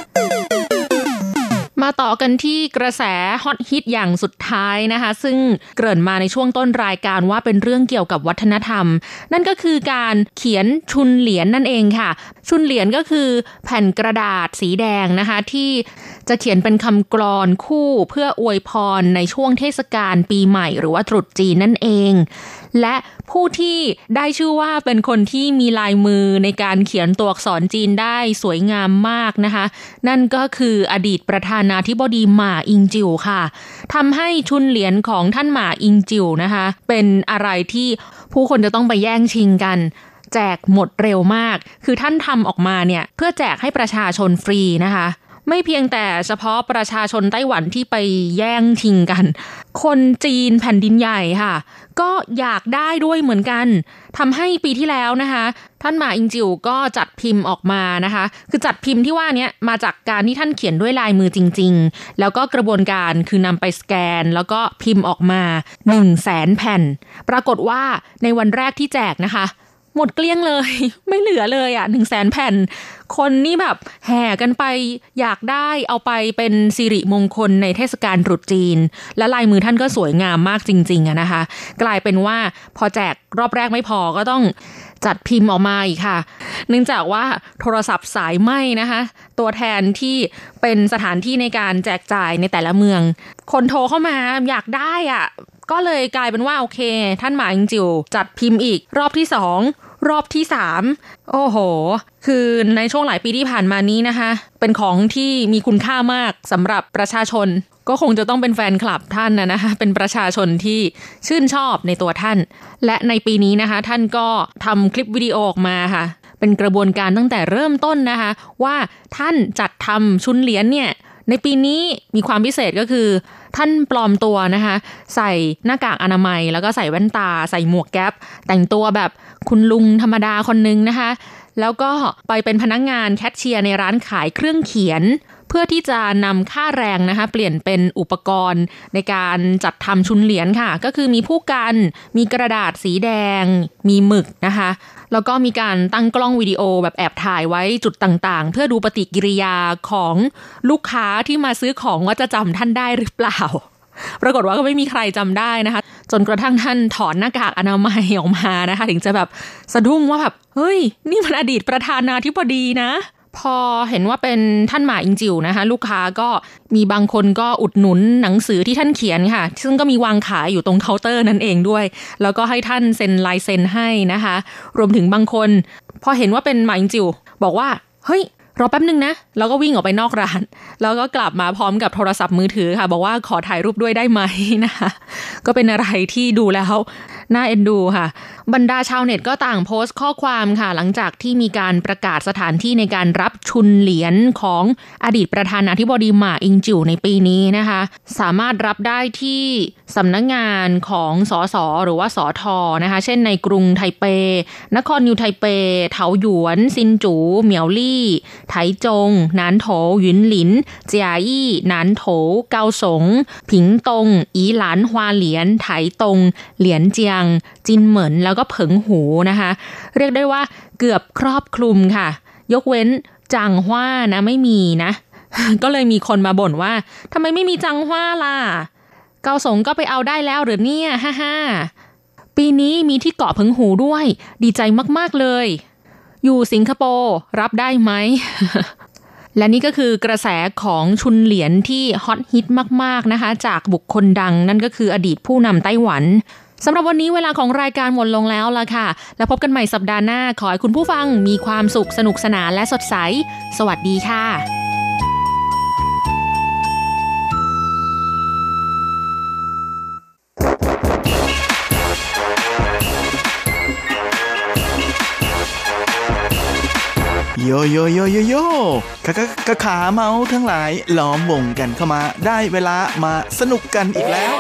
มาต่อกันที่กระแสฮอตฮิตอย่างสุดท้ายนะคะซึ่งเกริ่นมาในช่วงต้นรายการว่าเป็นเรื่องเกี่ยวกับวัฒนธรรมนั่นก็คือการเขียนชุนเหรียญ นั่นเองค่ะชุนเหรียญก็คือแผ่นกระดาษสีแดงนะคะที่จะเขียนเป็นคำกลอนคู่เพื่ออวยพรในช่วงเทศกาลปีใหม่หรือว่าตรุษจีนนั่นเองและผู้ที่ได้ชื่อว่าเป็นคนที่มีลายมือในการเขียนตัวอักษรจีนได้สวยงามมากนะคะนั่นก็คืออดีตประธานาธิบดีหม่าอิงจิวค่ะทำให้ชุนเหรียญของท่านหม่าอิงจิวนะคะเป็นอะไรที่ผู้คนจะต้องไปแย่งชิงกันแจกหมดเร็วมากคือท่านทำออกมาเนี่ยเพื่อแจกให้ประชาชนฟรีนะคะไม่เพียงแต่เฉพาะประชาชนไต้หวันที่ไปแย่งชิงกันคนจีนแผ่นดินใหญ่ค่ะก็อยากได้ด้วยเหมือนกันทำให้ปีที่แล้วนะคะท่านหม่าอิงจิวก็จัดพิมพ์ออกมานะคะคือจัดพิมพ์ที่ว่านี้มาจากการที่ท่านเขียนด้วยลายมือจริงๆแล้วก็กระบวนการคือนำไปสแกนแล้วก็พิมพ์ออกมา หนึ่งแสน แผ่นปรากฏว่าในวันแรกที่แจกนะคะหมดเกลี้ยงเลยไม่เหลือเลยอ่ะ หนึ่งแสน แผ่นคนนี่แบบแห่กันไปอยากได้เอาไปเป็นสิริมงคลในเทศกาลตรุษจีนและลายมือท่านก็สวยงามมากจริงๆอะนะคะกลายเป็นว่าพอแจกรอบแรกไม่พอก็ต้องจัดพิมพ์ออกมาอีกค่ะเนื่องจากว่าโทรศัพท์สายไหม้นะคะตัวแทนที่เป็นสถานที่ในการแจกจ่ายในแต่ละเมืองคนโทรเข้ามาอยากได้อ่ะก็เลยกลายเป็นว่าโอเคท่านหม่าอิงจิวจัดพิมพ์อีกรอบที่สองรอบที่สามโอ้โหคือในช่วงหลายปีที่ผ่านมานี้นะคะเป็นของที่มีคุณค่ามากสำหรับประชาชนก็คงจะต้องเป็นแฟนคลับท่านนะนะคะเป็นประชาชนที่ชื่นชอบในตัวท่านและในปีนี้นะคะท่านก็ทำคลิปวิดีโอออกมาค่ะเป็นกระบวนการตั้งแต่เริ่มต้นนะคะว่าท่านจัดทำชุนเหรียญเนี่ยในปีนี้มีความพิเศษก็คือท่านปลอมตัวนะคะใส่หน้ากากอนามัยแล้วก็ใส่แว่นตาใส่หมวกแก๊ปแต่งตัวแบบคุณลุงธรรมดาคนนึงนะคะแล้วก็ไปเป็นพนักงานแคชเชียร์ในร้านขายเครื่องเขียนเพื่อที่จะนำค่าแรงนะคะเปลี่ยนเป็นอุปกรณ์ในการจัดทำชุนเหรียญค่ะก็คือมีผู้กันมีกระดาษสีแดงมีหมึกนะคะแล้วก็มีการตั้งกล้องวิดีโอแบบแอบถ่ายไว้จุดต่างๆเพื่อดูปฏิกิริยาของลูกค้าที่มาซื้อของว่าจะจำท่านได้หรือเปล่าปรากฏว่าก็ไม่มีใครจำได้นะคะจนกระทั่งท่านถอนหน้ากากอนามัยออกมานะคะถึงจะแบบสะดุ้งว่าแบบเฮ้ยนี่มันอดีตประธานาธิบดีนะพอเห็นว่าเป็นท่านหม่าอิงจิวนะคะลูกค้าก็มีบางคนก็อุดหนุนหนังสือที่ท่านเขียนค่ะซึ่งก็มีวางขายอยู่ตรงเคาน์เตอร์นั่นเองด้วยแล้วก็ให้ท่านเซ็นลายเซ็นให้นะคะรวมถึงบางคนพอเห็นว่าเป็นหม่าอิงจิวบอกว่าเฮ้ยรอแป๊บนึงนะแล้วก็วิ่งออกไปนอกร้านแล้วก็กลับมาพร้อมกับโทรศัพท์มือถือค่ะบอกว่าขอถ่ายรูปด้วยได้ไหมนะคะก็เป็นอะไรที่ดูแล้วน่าเอ็นดูค่ะบรรดาชาวเน็ตก็ต่างโพสต์ข้อความค่ะหลังจากที่มีการประกาศสถานที่ในการรับชุนเหรียญของอดีตประธานาธิบดีหม่าอิงจิวในปีนี้นะคะสามารถรับได้ที่สำนักงานของสสหรือว่าสทนะคะเช่นในกรุงไทเปนครนิวไทเปเถาหยวนซินจูเหมียวลี่ไถจงหนานโถหยุนหลินเจียอี้หนานโถเกาสงผิงตงอีหลานฮวาเหลียนไถตงเหลียนเจียงจินเหมินแล้วก็เผิงหูนะคะเรียกได้ว่าเกือบครอบคลุมค่ะยกเว้นจางฮวานะไม่มีนะ ก็เลยมีคนมาบ่นว่าทำไมไม่มีจางฮวาล่ะเกาสงก็ไปเอาได้แล้วหรือเนี่ยฮ่าฮ่าปีนี้มีที่เกาะเผิงหูด้วยดีใจมากๆเลยอยู่สิงคโปร์รับได้ไหมและนี่ก็คือกระแสของชุนเหลียนที่ฮอตฮิตมากๆนะคะจากบุคคลดังนั่นก็คืออดีตผู้นำไต้หวันสำหรับวันนี้เวลาของรายการหมดลงแล้วล่ะค่ะแล้วพบกันใหม่สัปดาห์หน้าขอให้คุณผู้ฟังมีความสุขสนุกสนานและสดใสสวัสดีค่ะโยโยโยโยโยขาขาขาเมาทั้งหลายล้อมวงกันเข้ามาได้เวลามาสนุกกันอีกแล้ว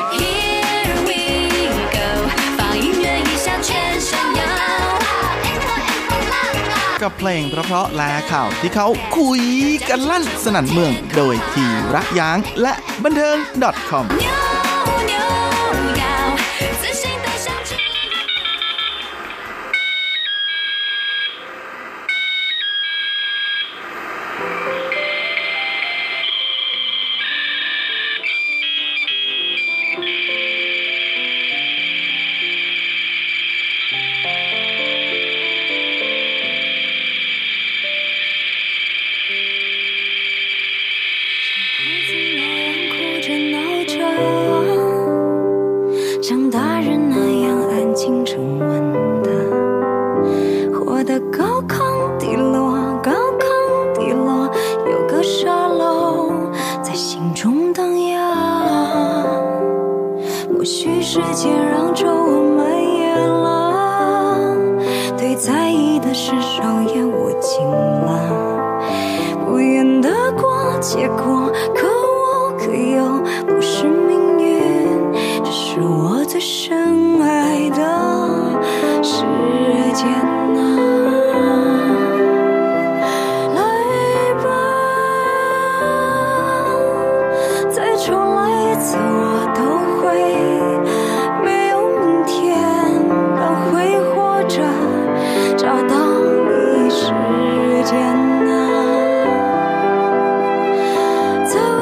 กับเพลงเพราะๆและข่าวที่เขาคุยกันลั่นสนั่นเมืองโดยทีรักย้างและบันเทิง .com So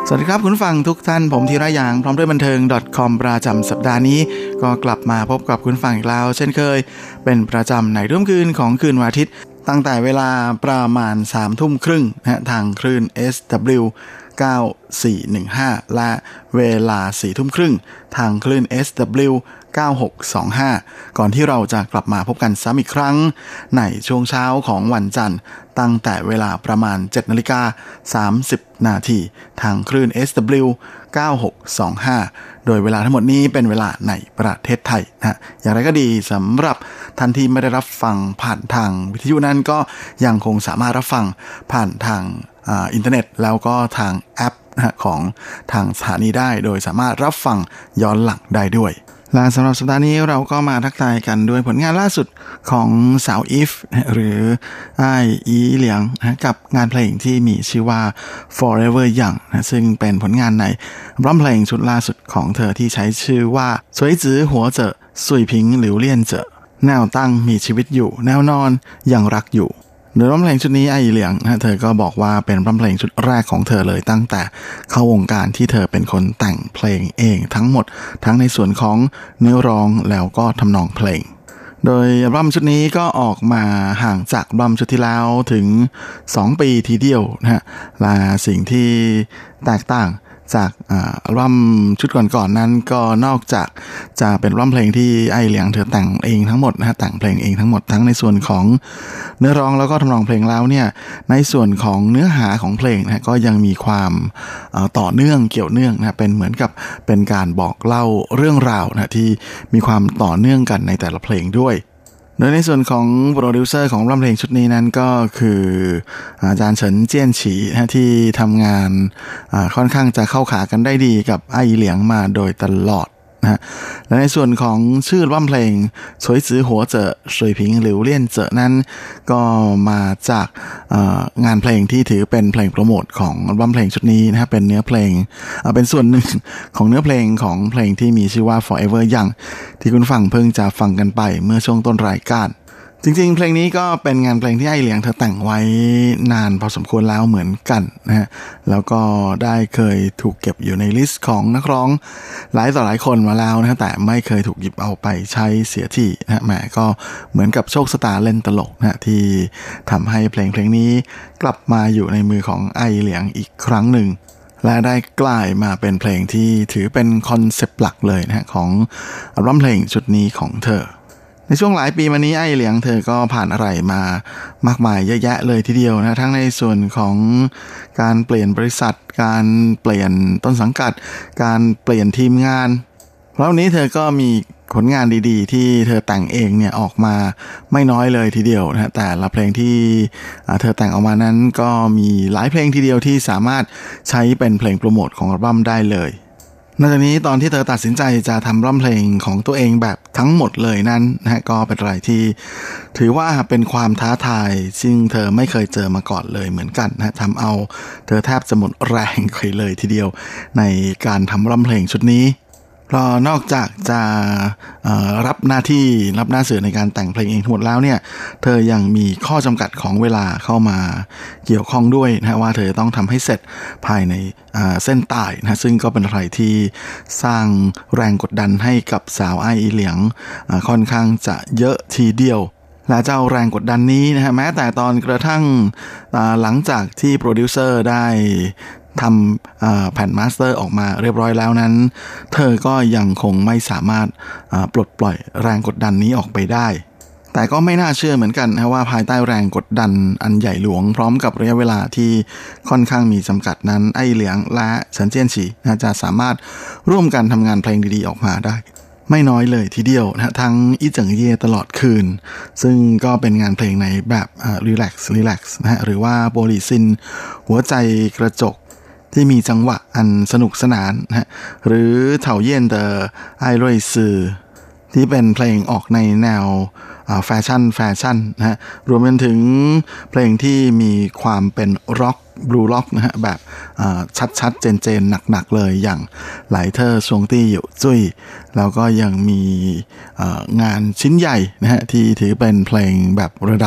สวัสดีครับคุณฟังทุกท่านผมธีระยางพร้อมด้วยบันเทิง .com ประจำสัปดาห์นี้ก็กลับมาพบกับคุณฟังอีกแล้วเช่นเคยเป็นประจำในรุ่มคืนของคืนวันอาทิตย์ตั้งแต่เวลาประมาณสามทุ่มครึ่งนะทางคลื่น เอส ดับเบิลยู เก้าสี่หนึ่งห้าและเวลาสี่ทุ่มครึ่งทางคลื่น เอส ดับเบิลยู เก้าหกสองห้าก่อนที่เราจะกลับมาพบกันซ้ำอีกครั้งในช่วงเช้าของวันจันทร์ตั้งแต่เวลาประมาณ เจ็ดนาฬิกาสามสิบนาทีทางคลื่น เอส ดับเบิลยู เก้าหกสองห้าโดยเวลาทั้งหมดนี้เป็นเวลาในประเทศไทยนะอย่างไรก็ดีสำหรับท่านที่ไม่ได้รับฟังผ่านทางวิทยุนั้นก็ยังคงสามารถรับฟังผ่านทางอินเทอร์เน็ตแล้วก็ทางแอปของทางสถานีได้โดยสามารถรับฟังย้อนหลังได้ด้วยและสำหรับสัปดาห์นี้เราก็มาทักทายกันด้วยผลงานล่าสุดของสาวอีฟหรืออ้ายอีเหลียงกับงานเพลงที่มีชื่อว่า Forever Young นะซึ่งเป็นผลงานในอัลบั้มเพลงชุดล่าสุดของเธอที่ใช้ชื่อว่าสวยจื้อหัวเจอสุยพิงหลิวเลี่ยนเจอแนวตั้งมีชีวิตอยู่แนวนอนยังรักอยู่โดยร้องเพลงชุดนี้ไอเหลียงนะเธอก็บอกว่าเป็นร้องเพลงชุดแรกของเธอเลยตั้งแต่เข้าวงการที่เธอเป็นคนแต่งเพลงเองทั้งหมดทั้งในส่วนของเนื้อร้องแล้วก็ทำนองเพลงโดยอัลบั้มชุดนี้ก็ออกมาห่างจากอัลบั้มชุดที่แล้วถึงสองปีทีเดียวนะฮะและสิ่งที่แตกต่างจากอัลบั้มชุดก่อนๆนั้นก็นอกจากจะเป็นอัลบั้มเพลงที่ไอเหลียงเธอแต่งเองทั้งหมดนะฮะแต่งเพลงเองทั้งหมดทั้งในส่วนของเนื้อร้องแล้วก็ทำนองเพลงแล้วเนี่ยในส่วนของเนื้อหาของเพลงนะก็ยังมีความต่อเนื่องเกี่ยวเนื่องนะเป็นเหมือนกับเป็นการบอกเล่าเรื่องราวนะที่มีความต่อเนื่องกันในแต่ละเพลงด้วยโดยในส่วนของโปรดิวเซอร์ของอัลบั้มเพลงชุดนี้นั้นก็คืออาจารย์เฉินเจี้ยนฉีนะที่ทำงานค่อนข้างจะเข้าขากันได้ดีกับไอเหลียงมาโดยตลอดนะและในส่วนของชื่ออัลบั้มเพลงสวยจื้อหัวเจอสุยพิงหลิวเลี่ยนเจอนั้นก็มาจากงานเพลงที่ถือเป็นเพลงโปรโมทของอัลบั้มเพลงชุดนี้นะเป็นเนื้อเพลงเป็นส่วนหนึ่งของเนื้อเพลงของเพลงที่มีชื่อว่า Forever Young ที่คุณฟังเพิ่งจะฟังกันไปเมื่อช่วงต้นรายการจริงๆเพลงนี้ก็เป็นงานเพลงที่ไอเหลียงเธอแต่งไว้นานพอสมควรแล้วเหมือนกันนะฮะแล้วก็ได้เคยถูกเก็บอยู่ในลิสต์ของนักร้องหลายต่อหลายคนมาแล้วนะแต่ไม่เคยถูกหยิบเอาไปใช้เสียทีนะแหมก็เหมือนกับโชคชะตาเล่นตลกนะที่ทำให้เพลงเพลงนี้กลับมาอยู่ในมือของไอเหลียงอีกครั้งหนึ่งและได้กลายมาเป็นเพลงที่ถือเป็นคอนเซปต์หลักเลยนะของอัลบั้มเพลงชุดนี้ของเธอในช่วงหลายปีมานี้ไอเหลียงเธอก็ผ่านอะไรมามากมายเยอะแยะเลยทีเดียวนะทั้งในส่วนของการเปลี่ยนบริษัทการเปลี่ยนต้นสังกัดการเปลี่ยนทีมงานเพราะวันนี้เธอก็มีผลงานดีๆที่เธอแต่งเองเนี่ยออกมาไม่น้อยเลยทีเดียวนะแต่ละเพลงที่เธอแต่งออกมานั้นก็มีหลายเพลงทีเดียวที่สามารถใช้เป็นเพลงโปรโมทของอัลบั้มได้เลยนอกจากนี้ตอนที่เธอตัดสินใจจะทำร้องเพลงของตัวเองแบบทั้งหมดเลยนั้นนะก็เป็นอะไรที่ถือว่าเป็นความท้าทายซึ่งเธอไม่เคยเจอมาก่อนเลยเหมือนกันนะทำเอาเธอแทบจะหมดแรงไปเลยทีเดียวในการทำร้องเพลงชุดนี้เพราะนอกจากจะรับหน้าที่รับหน้าเสือในการแต่งเพลงเองทั้งหมดแล้วเนี่ยเธอยังมีข้อจำกัดของเวลาเข้ามาเกี่ยวข้องด้วยนะว่าเธอต้องทำให้เสร็จภายในเส้นตายนะซึ่งก็เป็นอะไรที่สร้างแรงกดดันให้กับสาวไอเหลียงค่อนข้างจะเยอะทีเดียวและเจ้าแรงกดดันนี้นะฮะแม้แต่ตอนกระทั่งหลังจากที่โปรดิวเซอร์ได้ทำแผ่นมาสเตอร์ออกมาเรียบร้อยแล้วนั้นเธอก็ยังคงไม่สามารถปลดปล่อยแรงกดดันนี้ออกไปได้แต่ก็ไม่น่าเชื่อเหมือนกันนะว่าภายใต้แรงกดดันอันใหญ่หลวงพร้อมกับระยะเวลาที่ค่อนข้างมีจำกัดนั้นไอเหลียงและเฉินเจี้ยนฉีจะสามารถร่วมกันทำงานเพลงดีๆออกมาได้ไม่น้อยเลยทีเดียวนะทั้งอีเจิงเย่ตลอดคืนซึ่งก็เป็นงานเพลงในแบบรีแลกซ์รีแลกซ์นะฮะหรือว่าโบลีซินหัวใจกระจกที่มีจังหวะอันสนุกสนานนะฮะหรือเถาเย่นเดอไอรอยซือที่เป็นเพลงออกในแนวแฟชั่นแฟชั่นนะฮะรวมไปถึงเพลงที่มีความเป็นร็อกบลูร็อกนะฮะแบบชัดๆเจนๆหนักๆเลยอย่างไหลเธอซวงตี้อยู่จุ้ยแล้วก็ยังมีงานชิ้นใหญ่นะฮะที่ถือเป็นเพลงแบบระดับ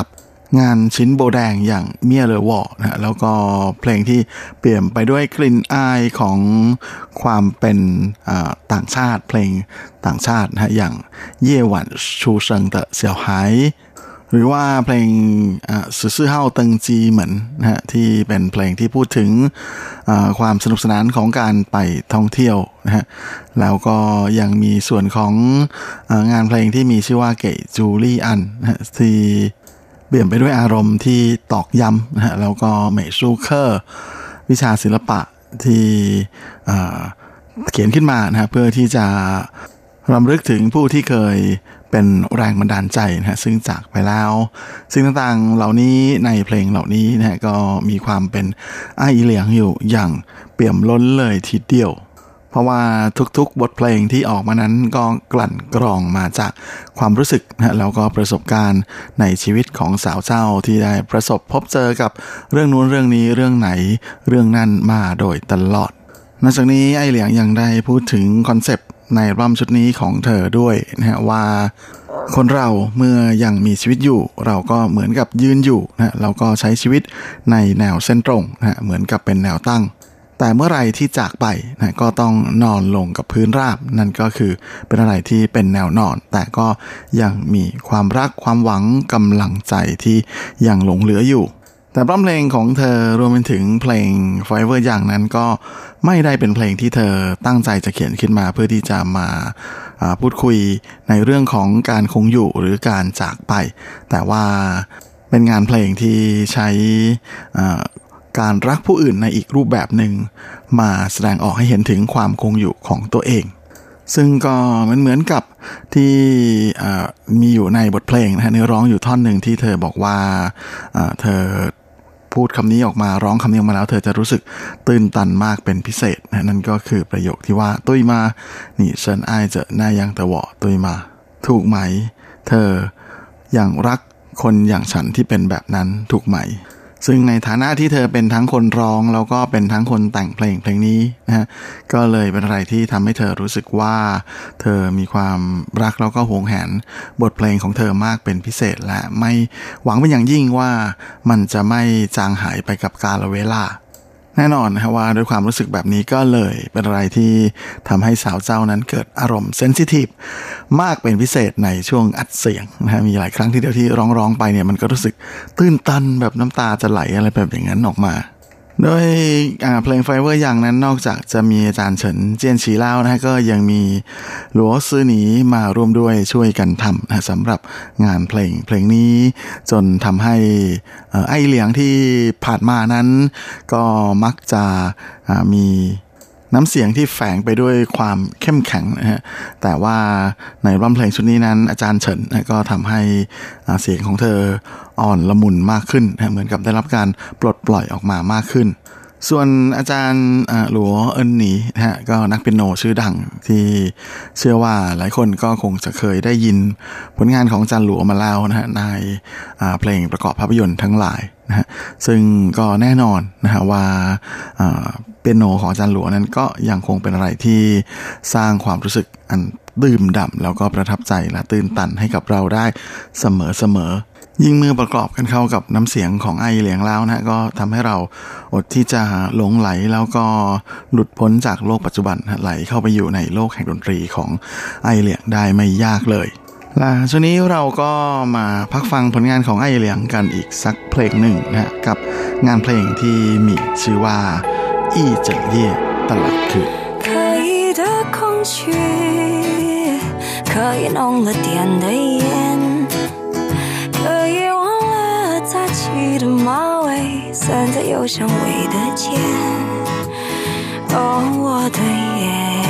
งานชิ้นโบแดงอย่างเมียเลอวอนะแล้วก็เพลงที่เปลี่ยนไปด้วยกลิ่นอายของความเป็นต่างชาติเพลงต่างชาตินะอย่างเย่หวันชูเซิงเต๋อเสี่ยวไฮหรือว่าเพลงซื่อซื่อเฮาเติงจีเหมือนนะฮะที่เป็นเพลงที่พูดถึงความสนุกสนานของการไปท่องเที่ยวนะฮะแล้วก็ยังมีส่วนของงานเพลงที่มีชื่อว่าเก๋จูลี่อันนะฮะที่เปลี่ยนไปด้วยอารมณ์ที่ตอกย้ำนะฮะแล้วก็เมชูเคอร์วิชาศิลปะที่เขียนขึ้นมานะฮะเพื่อที่จะรำลึกถึงผู้ที่เคยเป็นแรงบันดาลใจนะฮะซึ่งจากไปแล้วสิ่งต่างๆเหล่านี้ในเพลงเหล่านี้นะฮะก็มีความเป็นอ้ายอีเหลียงอยู่อย่างเปี่ยมล้นเลยทีเดียวเพราะว่าทุกๆบทเพลงที่ออกมานั้นก็กลั่นกรองมาจากความรู้สึกนะแล้วก็ประสบการณ์ในชีวิตของสาวเจ้าที่ได้ประสบพบเจอกับเรื่องนู้นเรื่องนี้เรื่องไหนเรื่องนั้นมาโดยตลอดนอกจากนี้ไอ้เหลียงยังได้พูดถึงคอนเซปต์ในอัลบั้มชุดนี้ของเธอด้วยนะฮะว่าคนเราเมื่อยังมีชีวิตอยู่เราก็เหมือนกับยืนอยู่นะเราก็ใช้ชีวิตในแนวเส้นตรงนะเหมือนกับเป็นแนวตั้งแต่เมื่อไรที่จากไปนะก็ต้องนอนลงกับพื้นราบนั่นก็คือเป็นอะไรที่เป็นแนวนอนแต่ก็ยังมีความรักความหวังกำลังใจที่ยังหลงเหลืออยู่แต่เพลงของเธอรวมไปถึงเพลง Forever อย่างนั้นก็ไม่ได้เป็นเพลงที่เธอตั้งใจจะเขียนขึ้นมาเพื่อที่จะมาพูดคุยในเรื่องของการคงอยู่หรือการจากไปแต่ว่าเป็นงานเพลงที่ใช้การรักผู้อื่นในอีกรูปแบบหนึ่งมาแสดงออกให้เห็นถึงความคงอยู่ของตัวเองซึ่งก็มันเหมือนกับที่มีอยู่ในบทเพลงนะฮะเนื้อร้องอยู่ท่อนหนึ่งที่เธอบอกว่าเธอพูดคำนี้ออกมาร้องคำนี้ออกมาแล้วเธอจะรู้สึกตื่นตันมากเป็นพิเศษนะนั่นก็คือประโยคที่ว่าตุ้ยมานี่ฉันอ้ายจะน่ายังแต่วอตุ้ยมาถูกไหมเธอยังรักคนอย่างฉันที่เป็นแบบนั้นถูกไหมซึ่งในฐานะที่เธอเป็นทั้งคนร้องแล้วก็เป็นทั้งคนแต่งเพลงเพลงนี้นะฮะก็เลยเป็นอะไรที่ทำให้เธอรู้สึกว่าเธอมีความรักแล้วก็หวงแหนบทเพลงของเธอมากเป็นพิเศษและไม่หวังเป็นอย่างยิ่งว่ามันจะไม่จางหายไปกับกาลเวลาแน่นอนนะว่าด้วยความรู้สึกแบบนี้ก็เลยเป็นอะไรที่ทำให้สาวเจ้านั้นเกิดอารมณ์เซนซิทีฟมากเป็นพิเศษในช่วงอัดเสียงนะฮะมีหลายครั้งที่เดียวที่ร้องๆไปเนี่ยมันก็รู้สึกตื้นตันแบบน้ำตาจะไหลอะไรแบบอย่างนั้นออกมาโดยเพลงไฟเวอร์อย่างนั้นนอกจากจะมีอาจารย์เฉินเจียนฉีเล่านะฮะก็ยังมีหลัวซื่อหนีมาร่วมด้วยช่วยกันทำนะสำหรับงานเพลงเพลงนี้จนทำให้ไอ้เหลียงที่ผ่านมานั้นก็มักจะมีน้ำเสียงที่แฝงไปด้วยความเข้มแข็งนะฮะแต่ว่าในอัลบั้มเพลงชุดนี้นั้นอาจารย์เฉินก็ทำให้เสียงของเธออ่อนละมุนมากขึ้นนะเหมือนกับได้รับการปลดปล่อยออกมามากขึ้นส่วนอาจารย์หลัวเอินหนีนะฮะก็นักเปียโนชื่อดังที่เชื่อว่าหลายคนก็คงจะเคยได้ยินผลงานของอาจารย์หลัวมาแล้วนะฮะในเพลงประกอบภาพยนตร์ทั้งหลายนะฮะซึ่งก็แน่นอนนะฮะว่าเปียโนของอาจารย์หลัวนั้นก็ยังคงเป็นอะไรที่สร้างความรู้สึกอันดื่มด่ำแล้วก็ประทับใจและตื่นตันให้กับเราได้เสมอๆยิ่งเมื่อประกอบกันเข้ากับน้ำเสียงของไอเหลียงแล้วนะก็ทำให้เราอดที่จะหลงไหลแล้วก็หลุดพ้นจากโลกปัจจุบันไหลเข้าไปอยู่ในโลกแห่งดนตรีของไอเหลียงได้ไม่ยากเลยและช่วงนี้เราก็มาพักฟังผลงานของไอเหลียงกันอีกสักเพลงหนึ่งนะกับงานเพลงที่มีชื่อว่าอีเจิ่งเย่ตลอดคืน可以的空虚可以弄了点的烟可以忘了扎起的马尾散在有香味的肩哦我的眼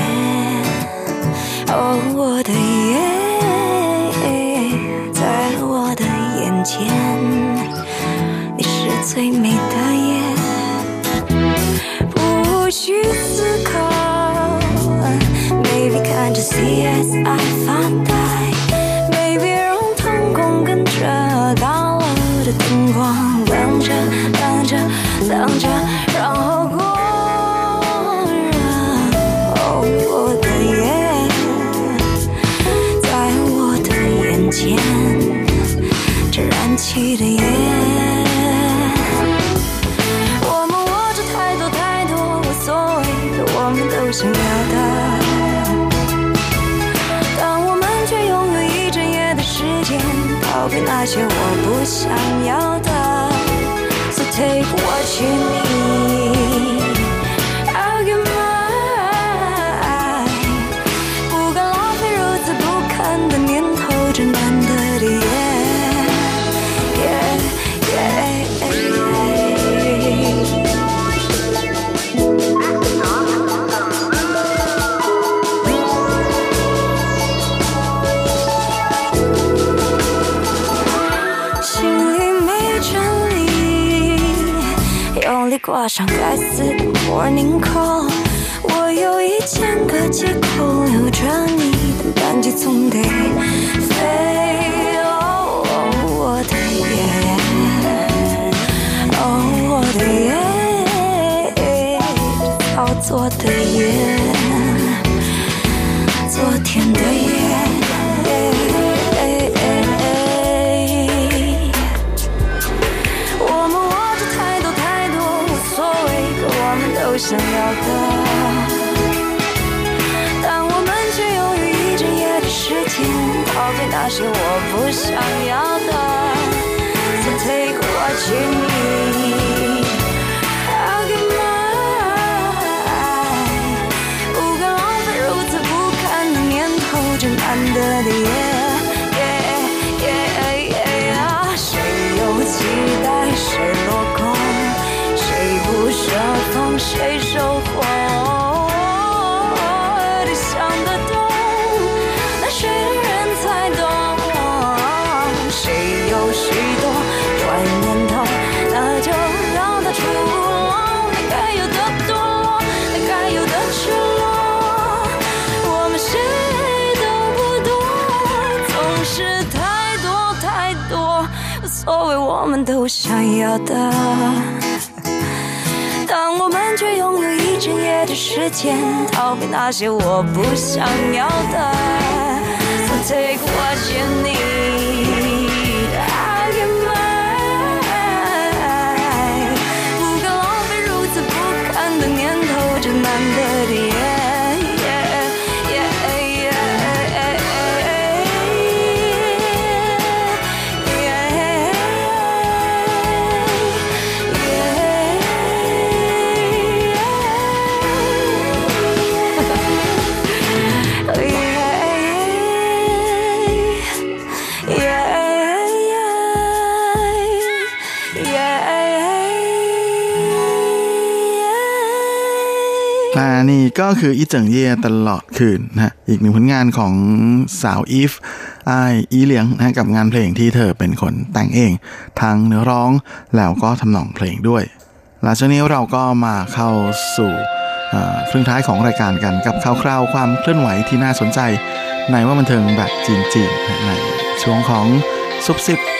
哦我的眼在我的眼前你是最美的眼不需思考 Maybe 看着 C S I 发呆 Maybe 让瞳孔跟着到了的灯光亮着亮着亮着然后过热哦我的眼在我的眼前这燃起的夜，我们握着太多太多无所谓的我们都想要的，但我们却拥有一整夜的时间逃避那些我不想要的。 So take what you need, I'll give mine。 不敢浪费如此不堪的念头，这难得的夜。 挂上该死的 morning call， 我有一千个借口留着你，但班机总得飞。哦，我的夜，哦，我的夜，操作的夜，昨天的夜。 想要的，但我们却拥有一整夜的时间逃避那些我不想要的。So take what you need, I'll give mine。 不敢浪费如此不堪的念头，这难得的夜。谁有期待，谁落空，谁不舍放，谁收获？得想得懂，那谁的人才懂？谁有许多坏念头，那就让它出笼。那该有的堕落，那该有的赤裸，我们谁都不多，总是太多太多，无所谓，我们都想要的。 但我们却拥有一整夜的时间逃避那些我不想要的。So take what you need, I'll give mine。 不敢浪费如此不堪的念头，这难得的夜。 และนี่ก็คืออีจังเย่ตลอดคืนนะอีกหนึ่งผลงานของสาวอีฟอ้ายอีเหลียงนะกับงานเพลงที่เธอเป็นคนแต่งเองทั้งเนื้อร้องแล้วก็ทำนองเพลงด้วยหลังจากนี้เราก็มาเข้าสู่ครึ่งท้ายของรายการกันกับคร่าวๆความเคลื่อนไหวที่น่าสนใจในว่าบันเทิงแบบจีนๆในช่วงของซุปซิป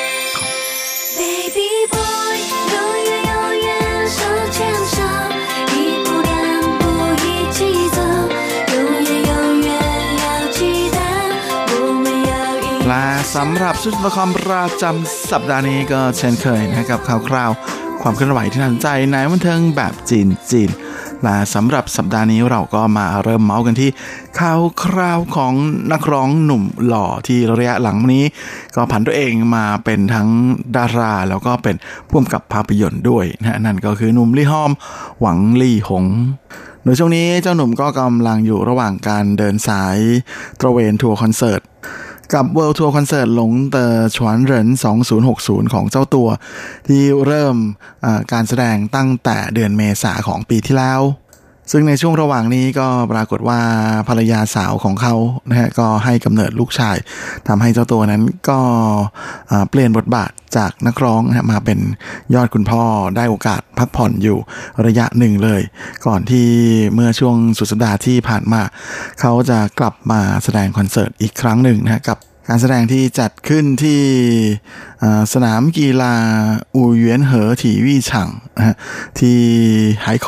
และสำหรับชุดละครประจำสัปดาห์นี้ก็เช่นเคยนะครับคร่าวๆความเคลื่อนไหวที่น่าสนใจในบันเทิงแบบจีนๆและสำหรับสัปดาห์นี้เราก็มาเริ่มเมาส์กันที่ข่าวคราวของนักร้องหนุ่มหล่อที่ระยะหลังนี้ก็ผันตัวเองมาเป็นทั้งดาราแล้วก็เป็นผู้กำกับภาพยนตร์ด้วยนะนั่นก็คือหนุ่มลี่ฮอมหวังลี่หงโดยช่วงนี้เจ้าหนุ่มก็กำลังอยู่ระหว่างการเดินสายตระเวนทัวร์คอนเสิร์ตกับ World Tour Concert หลงเตอฉวนเหรินสองพันหกสิบของเจ้าตัวที่เริ่มการแสดงตั้งแต่เดือนเมษายนของปีที่แล้วซึ่งในช่วงระหว่างนี้ก็ปรากฏว่าภรรยาสาวของเขานะฮะก็ให้กำเนิดลูกชายทำให้เจ้าตัวนั้นก็เปลี่ยนบทบาทจากนักร้องนะฮะมาเป็นยอดคุณพ่อได้โอกาสพักผ่อนอยู่ระยะหนึ่งเลยก่อนที่เมื่อช่วงสุดสัปดาห์ที่ผ่านมาเขาจะกลับมาแสดงคอนเสิร์ตอีกครั้งหนึ่งนะกับการแสดงที่จัดขึ้นที่สนามกีฬาอู่เหวียนเหอถี่วี่ฉ่างนะฮะที่ไหโขว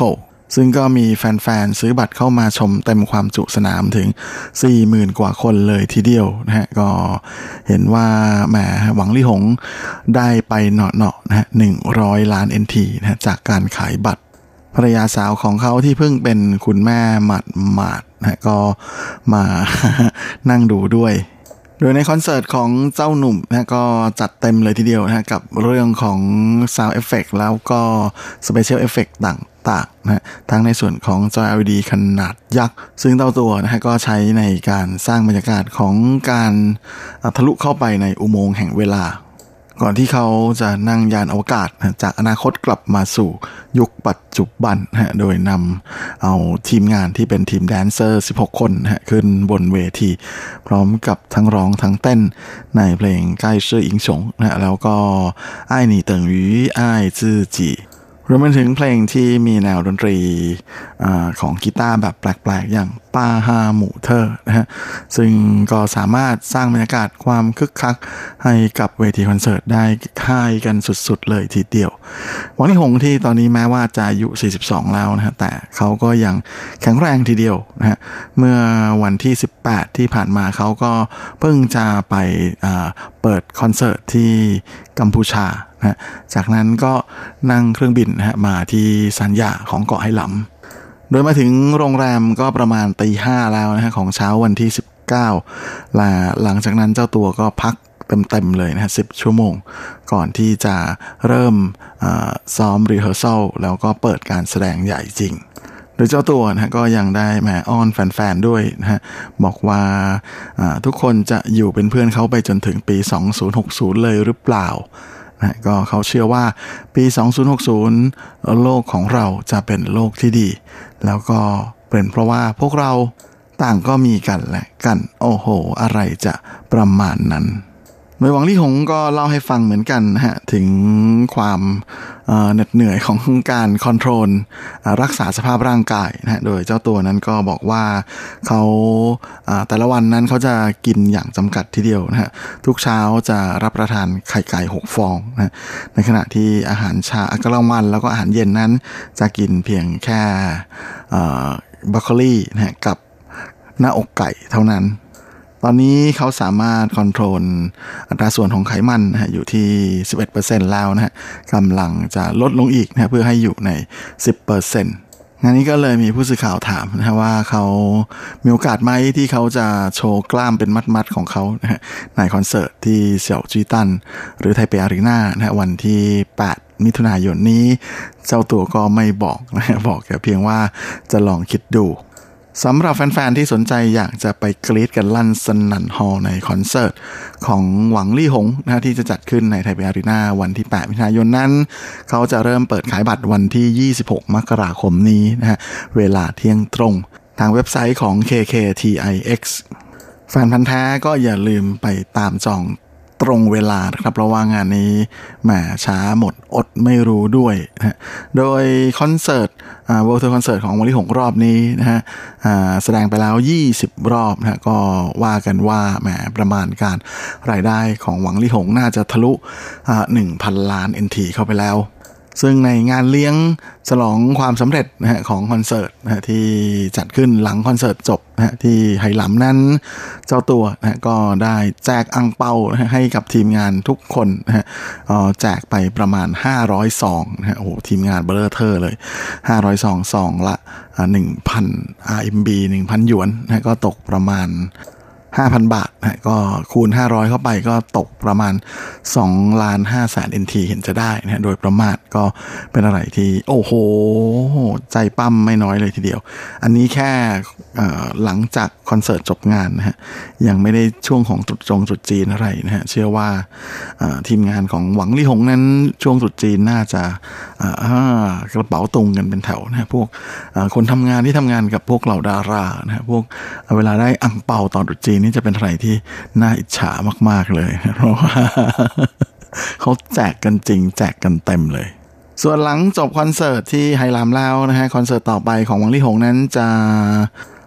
ซึ่งก็มีแฟนๆซื้อบัตรเข้ามาชมเต็มความจุสนามถึง สี่หมื่น กว่าคนเลยทีเดียวนะฮะก็เห็นว่าแหมหวังลี่หงได้ไปเหนาะๆนะฮะหนึ่งร้อยล้าน เอ็น ที นะฮะจากการขายบัตรภรรยาสาวของเขาที่เพิ่งเป็นคุณแม่หมาดๆนะก็มา นั่งดูด้วยโดยในคอนเสิร์ตของเจ้าหนุ่มนะก็จัดเต็มเลยทีเดียวนะกับเรื่องของ Sound Effect แล้วก็ Special Effect ต่างๆนะทั้งในส่วนของจอ แอล อี ดี ขนาดยักษ์ซึ่งเต้าตัวนะฮะก็ใช้ในการสร้างบรรยากาศของการทะลุเข้าไปในอุโมงค์แห่งเวลาก่อนที่เขาจะนั่งยานอวกาศจากอนาคตกลับมาสู่ยุคปัจจุบันนะโดยนำเอาทีมงานที่เป็นทีมแดนเซอร์สิบหกคนนะขึ้นบนเวทีพร้อมกับทั้งร้องทั้งเต้นในเพลงใกล้ชื่ออิงฉงนะแล้วก็อ้ายหนี่เติ่งหวีอ้ายจื้อจีรวมไปถึงเพลงที่มีแนวดนตรีอของกีตาร์แบบแปลกๆอย่างป้าฮาหมู่เธอนะฮะซึ่งก็สามารถสร้างบรรยากาศความคึกคักให้กับเวทีคอนเสิร์ตได้ค่ายกันสุดๆเลยทีเดียวหวังลี่หงที่ตอนนี้แม้ว่าจะอายุสี่สิบสองแล้วนะฮะแต่เขาก็ยังแข็งแรงทีเดียวนะฮะเมื่อวันที่สิบแปดที่ผ่านมาเขาก็เพิ่งจะไปเปิดคอนเสิร์ตที่กัมพูชานะจากนั้นก็นั่งเครื่องบินนะฮะมาที่ซันยาของเกาะไหหลำโดยมาถึงโรงแรมก็ประมาณตีห้าแล้วนะฮะของเช้าวันที่สิบเก้าและหลังจากนั้นเจ้าตัวก็พักเต็มๆเลยนะฮะสิบชั่วโมงก่อนที่จะเริ่มซ้อมรีเฮอร์ซัลแล้วก็เปิดการแสดงใหญ่จริงโดยเจ้าตัวนะก็ยังได้แหมอ้อนแฟนๆด้วยนะฮะบอกว่าทุกคนจะอยู่เป็นเพื่อนเขาไปจนถึงปีสองพันหกสิบเลยหรือเปล่านะก็เขาเชื่อว่าปีสองพันหกสิบโลกของเราจะเป็นโลกที่ดีแล้วก็เป็นเพราะว่าพวกเราต่างก็มีกันและกันโอ้โหอะไรจะประมาณนั้นโดยหวังลี่หงก็เล่าให้ฟังเหมือนกันนะฮะถึงความเหน็ดเหนื่อยของการคอนโทรลรักษาสภาพร่างกายนะฮะโดยเจ้าตัวนั้นก็บอกว่าเขาแต่ละวันนั้นเขาจะกินอย่างจำกัดทีเดียวนะฮะทุกเช้าจะรับประทานไข่ไก่หกฟองนะในขณะที่อาหารเช้ากลางวันแล้วก็อาหารเย็นนั้นจะกินเพียงแค่บรอกโคลีนะฮะกับหน้าอกไก่เท่านั้นตอนนี้เขาสามารถคอนโทรลอัตราส่วนของไขมันนะฮะอยู่ที่ สิบเอ็ดเปอร์เซ็นต์ แล้วนะฮะกำลังจะลดลงอีกนะฮะเพื่อให้อยู่ใน สิบเปอร์เซ็นต์ งานนี้ก็เลยมีผู้สื่อข่าวถามนะฮะว่าเขามีโอกาสไหมที่เขาจะโชว์กล้ามเป็นมัดๆของเขานะฮะในคอนเสิร์ตที่เสี่ยวจี้ตันหรือไทเปอารีนานะฮะวันที่แปดมิถุนายนนี้เจ้าตัวก็ไม่บอกนะฮะบอกแค่เพียงว่าจะลองคิดดูสำหรับแฟนๆที่สนใจอยากจะไปกรี๊ดกันลั่นสนั่นฮอลล์ในคอนเสิร์ตของหวังลี่หงนะที่จะจัดขึ้นในไทเปอารีนาวันที่แปดมิถุนายนนั้นเขาจะเริ่มเปิดขายบัตรวันที่ยี่สิบหกมกราคมนี้นะฮะเวลาเที่ยงตรงทางเว็บไซต์ของ เค เค ที ไอ เอ็กซ์ แฟนพันธุ์แท้ก็อย่าลืมไปตามจองตรงเวลานะครับเพราะว่างานนี้แหมช้าหมดอดไม่รู้ด้วยนะโดยคอนเสิร์ตอ่า World Tour Concert ของหวังลี่หงรอบนี้นะฮะอ่าแสดงไปแล้วยี่สิบรอบนะก็ว่ากันว่าแหมประมาณการรายได้ของหวังลี่หงน่าจะทะลุอ่า หนึ่งพัน ล้าน เอ็น ที เข้าไปแล้วซึ่งในงานเลี้ยงฉลองความสำเร็จนะฮะของคอนเสิร์ตนะฮะที่จัดขึ้นหลังคอนเสิร์ตจบนะฮะที่ไหหลำนั้นเจ้าตัวนะฮะก็ได้แจกอั่งเปานะฮะให้กับทีมงานทุกคนนะฮะเอ่อแจกไปประมาณห้าร้อยซองนะฮะโอ้โหทีมงานเบลอเทอร์เลยห้าร้อยซองซองละอ่า หนึ่งพัน อาร์ เอ็ม บี หนึ่งพัน หยวนนะฮะก็ตกประมาณห้าพัน บาทนะก็คูณห้าร้อยเข้าไปก็ตกประมาณสองล้านห้าแสน เอ็น ที เห็นจะได้นะโดยประมาณก็เป็นอะไรที่โอ้โหใจปั้มไม่น้อยเลยทีเดียวอันนี้แค่หลังจากคอนเสิร์ตจบงานนะฮะยังไม่ได้ช่วงของตรุษจงตรุษจีนอะไรนะฮะเชื่อว่าทีมงานของหวังลี่หงนั้นช่วงตรุษจีนน่าจะกระเป๋าตุงกันเป็นแถวนะฮะพวกคนทำงานที่ทำงานกับพวกเหล่าดารานะฮะพวกเวลาได้อั่งเปาตอนตรุษจีนนี่จะเป็นอะไรที่น่าอิจฉามากๆเลยเพราะว่า เขาแจกกันจริงแจกกันเต็มเลยส่วนหลังจบคอนเสิร์ตที่ไหหลำแล้วนะฮะคอนเสิร์ตต่อไปของหวังลี่หงนั้นจะ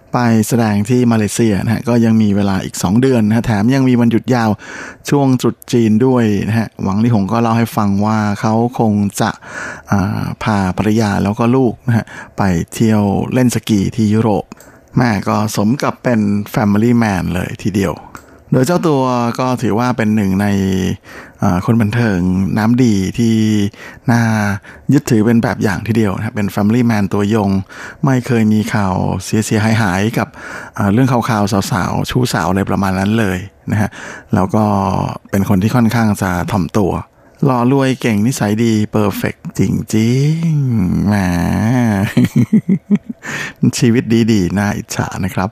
ไปแสดงที่มาเลเซียนะฮะก็ยังมีเวลาอีกสองเดือนนะแถมยังมีวันหยุดยาวช่วงตรุษจีนด้วยนะฮะหวังลี่หงก็เล่าให้ฟังว่าเขาคงจะพาภรรยาแล้วก็ลูกนะฮะไปเที่ยวเล่นสกีที่ยุโรปแม่ก็สมกับเป็น Family Man เลยทีเดียวโดยเจ้าตัวก็ถือว่าเป็นหนึ่งในคนบันเทิงน้ำดีที่น่ายึดถือเป็นแบบอย่างทีเดียวนะเป็น Family Man ตัวยงไม่เคยมีข่าวเสียๆหายๆกับเรื่องข่าวๆสาวๆชู้สาวอะไรประมาณนั้นเลยนะฮะแล้วก็เป็นคนที่ค่อนข้างจะถ่อมตัวหล่อรวยเก่งนิสัยดีเพอร์เฟกต์จริงๆแหม ชีวิตดีๆน่าอิจฉานะครับ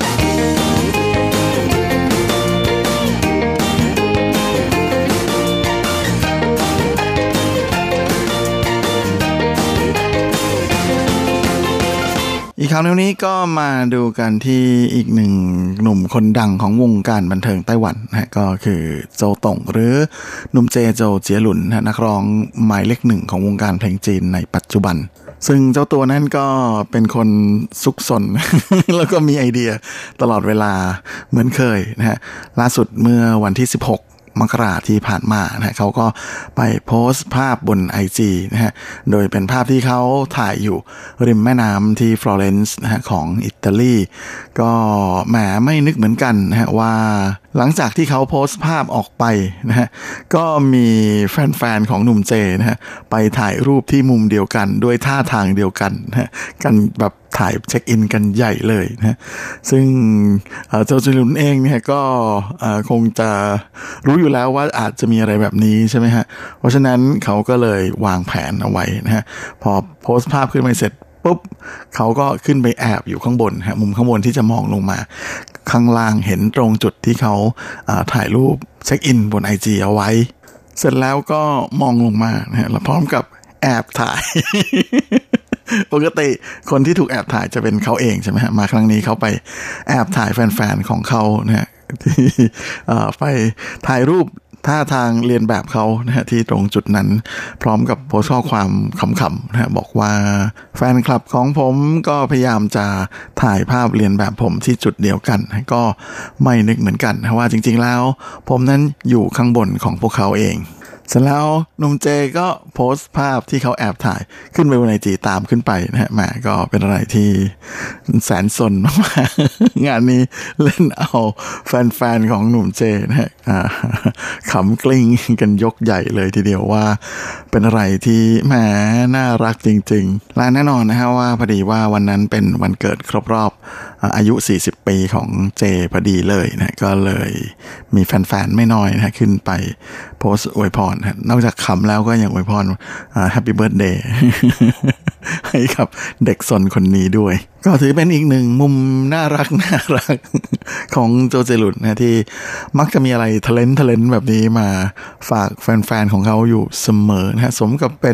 อีกคราวนี้ก็มาดูกันที่อีกหนึ่งหนุ่มคนดังของวงการบันเทิงไต้หวันนะก็คือโจวต่งหรือหนุ่มเจโจเจียหลุนนะนักร้องหมายเลขหนึ่งของวงการเพลงจีนในปัจจุบันซึ่งเจ้าตัวนั้นก็เป็นคนซุกซน แล้วก็มีไอเดียตลอดเวลาเหมือนเคยนะฮะล่าสุดเมื่อวันที่สิบหกมกราคมที่ผ่านมานะเขาก็ไปโพสต์ภาพบน ไอ จี นะฮะโดยเป็นภาพที่เขาถ่ายอยู่ริมแม่น้ำที่ฟลอเรนซ์นะฮะของอิตาลีก็แหมไม่นึกเหมือนกันนะฮะว่าหลังจากที่เขาโพสต์ภาพออกไปนะฮะก็มีแฟนๆของหนุ่มเจนะฮะไปถ่ายรูปที่มุมเดียวกันด้วยท่าทางเดียวกันนะฮะกันแบบถ่ายเช็คอินกันใหญ่เลยนะซึ่งเจ้าจิลุนเองเนี่ยก็คงจะรู้อยู่แล้วว่าอาจจะมีอะไรแบบนี้ใช่ไหมฮะเพราะฉะนั้นเขาก็เลยวางแผนเอาไว้นะฮะพอโพสต์ภาพขึ้นไปเสร็จปุ๊บเขาก็ขึ้นไปแอบอยู่ข้างบนฮะมุมข้างบนที่จะมองลงมาข้างล่างเห็นตรงจุดที่เขาถ่ายรูปเช็คอินบน ไอ จี เอาไว้เสร็จแล้วก็มองลงมานะฮะแล้วพร้อมกับแอบถ่าย ปกติคนที่ถูกแอบถ่ายจะเป็นเขาเองใช่ไหมฮะมาครั้งนี้เขาไปแอบถ่ายแฟนๆของเขานะฮะที่ไปถ่ายรูปท่าทางเรียนแบบเขานะฮะที่ตรงจุดนั้นพร้อมกับโพสต์ข้อความขำๆนะฮะบอกว่าแฟนคลับของผมก็พยายามจะถ่ายภาพเรียนแบบผมที่จุดเดียวกันก็ไม่นึกเหมือนกันนะว่าจริงๆแล้วผมนั้นอยู่ข้างบนของพวกเขาเองเสร็จแล้วหนุ่มเจก็โพสต์ภาพที่เขาแอบถ่ายขึ้นไปบนไอจีตามขึ้นไปนะฮะแหมก็เป็นอะไรที่แสนสนมากๆงานนี้เล่นเอาแฟนๆของหนุ่มเจนะฮะขำกลิ้งกันยกใหญ่เลยทีเดียวว่าเป็นอะไรที่แหมน่ารักจริงๆและแน่นอนนะฮะว่าพอดีว่าวันนั้นเป็นวันเกิดครบรอบอายุสี่สิบปีของเจพอดีเลยนะก็เลยมีแฟนๆไม่น้อยนะขึ้นไปโพสต์อวยพรนอกจากขำแล้วก็ยังอวยพรแฮปปี้เบิร์ธเดย์ให้กับเด็กซนคนนี้ด้วยก็ถือเป็นอีกหนึ่งมุมน่ารักน่ารักของโจเจหลุนนะที่มักจะมีอะไรทะเลนทะเลนแบบนี้มาฝากแฟนๆของเขาอยู่เสมอนะสมกับเป็น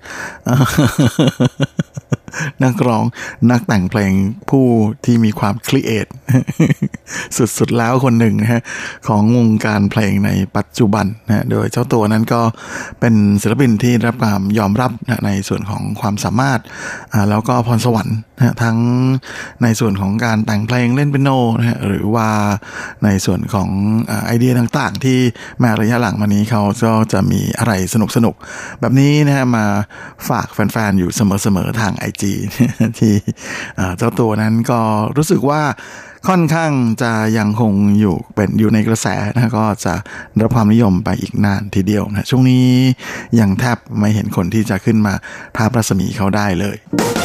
นักร้องนักแต่งเพลงผู้ที่มีความครีเอทสุดๆแล้วคนหนึ่งนะฮะของวงการเพลงในปัจจุบันนะโดยเจ้าตัวนั้นก็เป็นศิลปินที่รับความยอมรับนะในส่วนของความสามารถอ่าแล้วก็พรสวรรค์นะทั้งในส่วนของการแต่งเพลงเล่นเปียโนนะฮะหรือว่าในส่วนของอ่าไอเดียต่างๆที่มาระยะหลังมานี้เขาก็จะมีอะไรสนุกๆแบบนี้นะฮะมาฝากแฟนๆอยู่เสมอๆทาง ไอ จี ที่เจ้าตัวนั้นก็รู้สึกว่าค่อนข้างจะยังคงอยู่เป็นอยู่ในกระแสนะก็จะได้รับความนิยมไปอีกนานทีเดียวนะช่วงนี้ยังแทบไม่เห็นคนที่จะขึ้นมาท้ารัศมีเขาได้เลย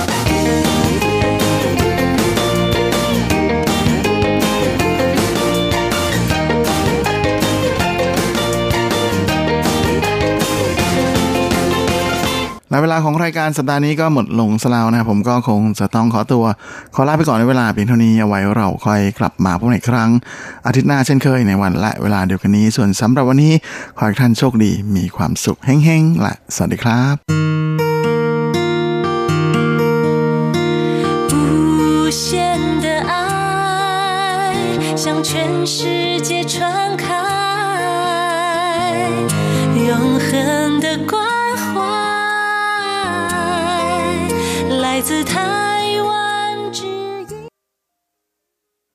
และเวลาของรายการสัปดาห์นี้ก็หมดลงซะแล้วนะผมก็คงจะต้องขอตัวขอลาไปก่อนในเวลาเพียงเท่านี้เอาไว้เราค่อยกลับมาพบกันอีกครั้งอาทิตย์หน้าเช่นเคยในวันและเวลาเดียวกันนี้ส่วนสำหรับวันนี้ขอให้ท่านโชคดีมีความสุขเฮ้งๆและสวัสดีครับ无限的爱向全世界传开永恒的光来自他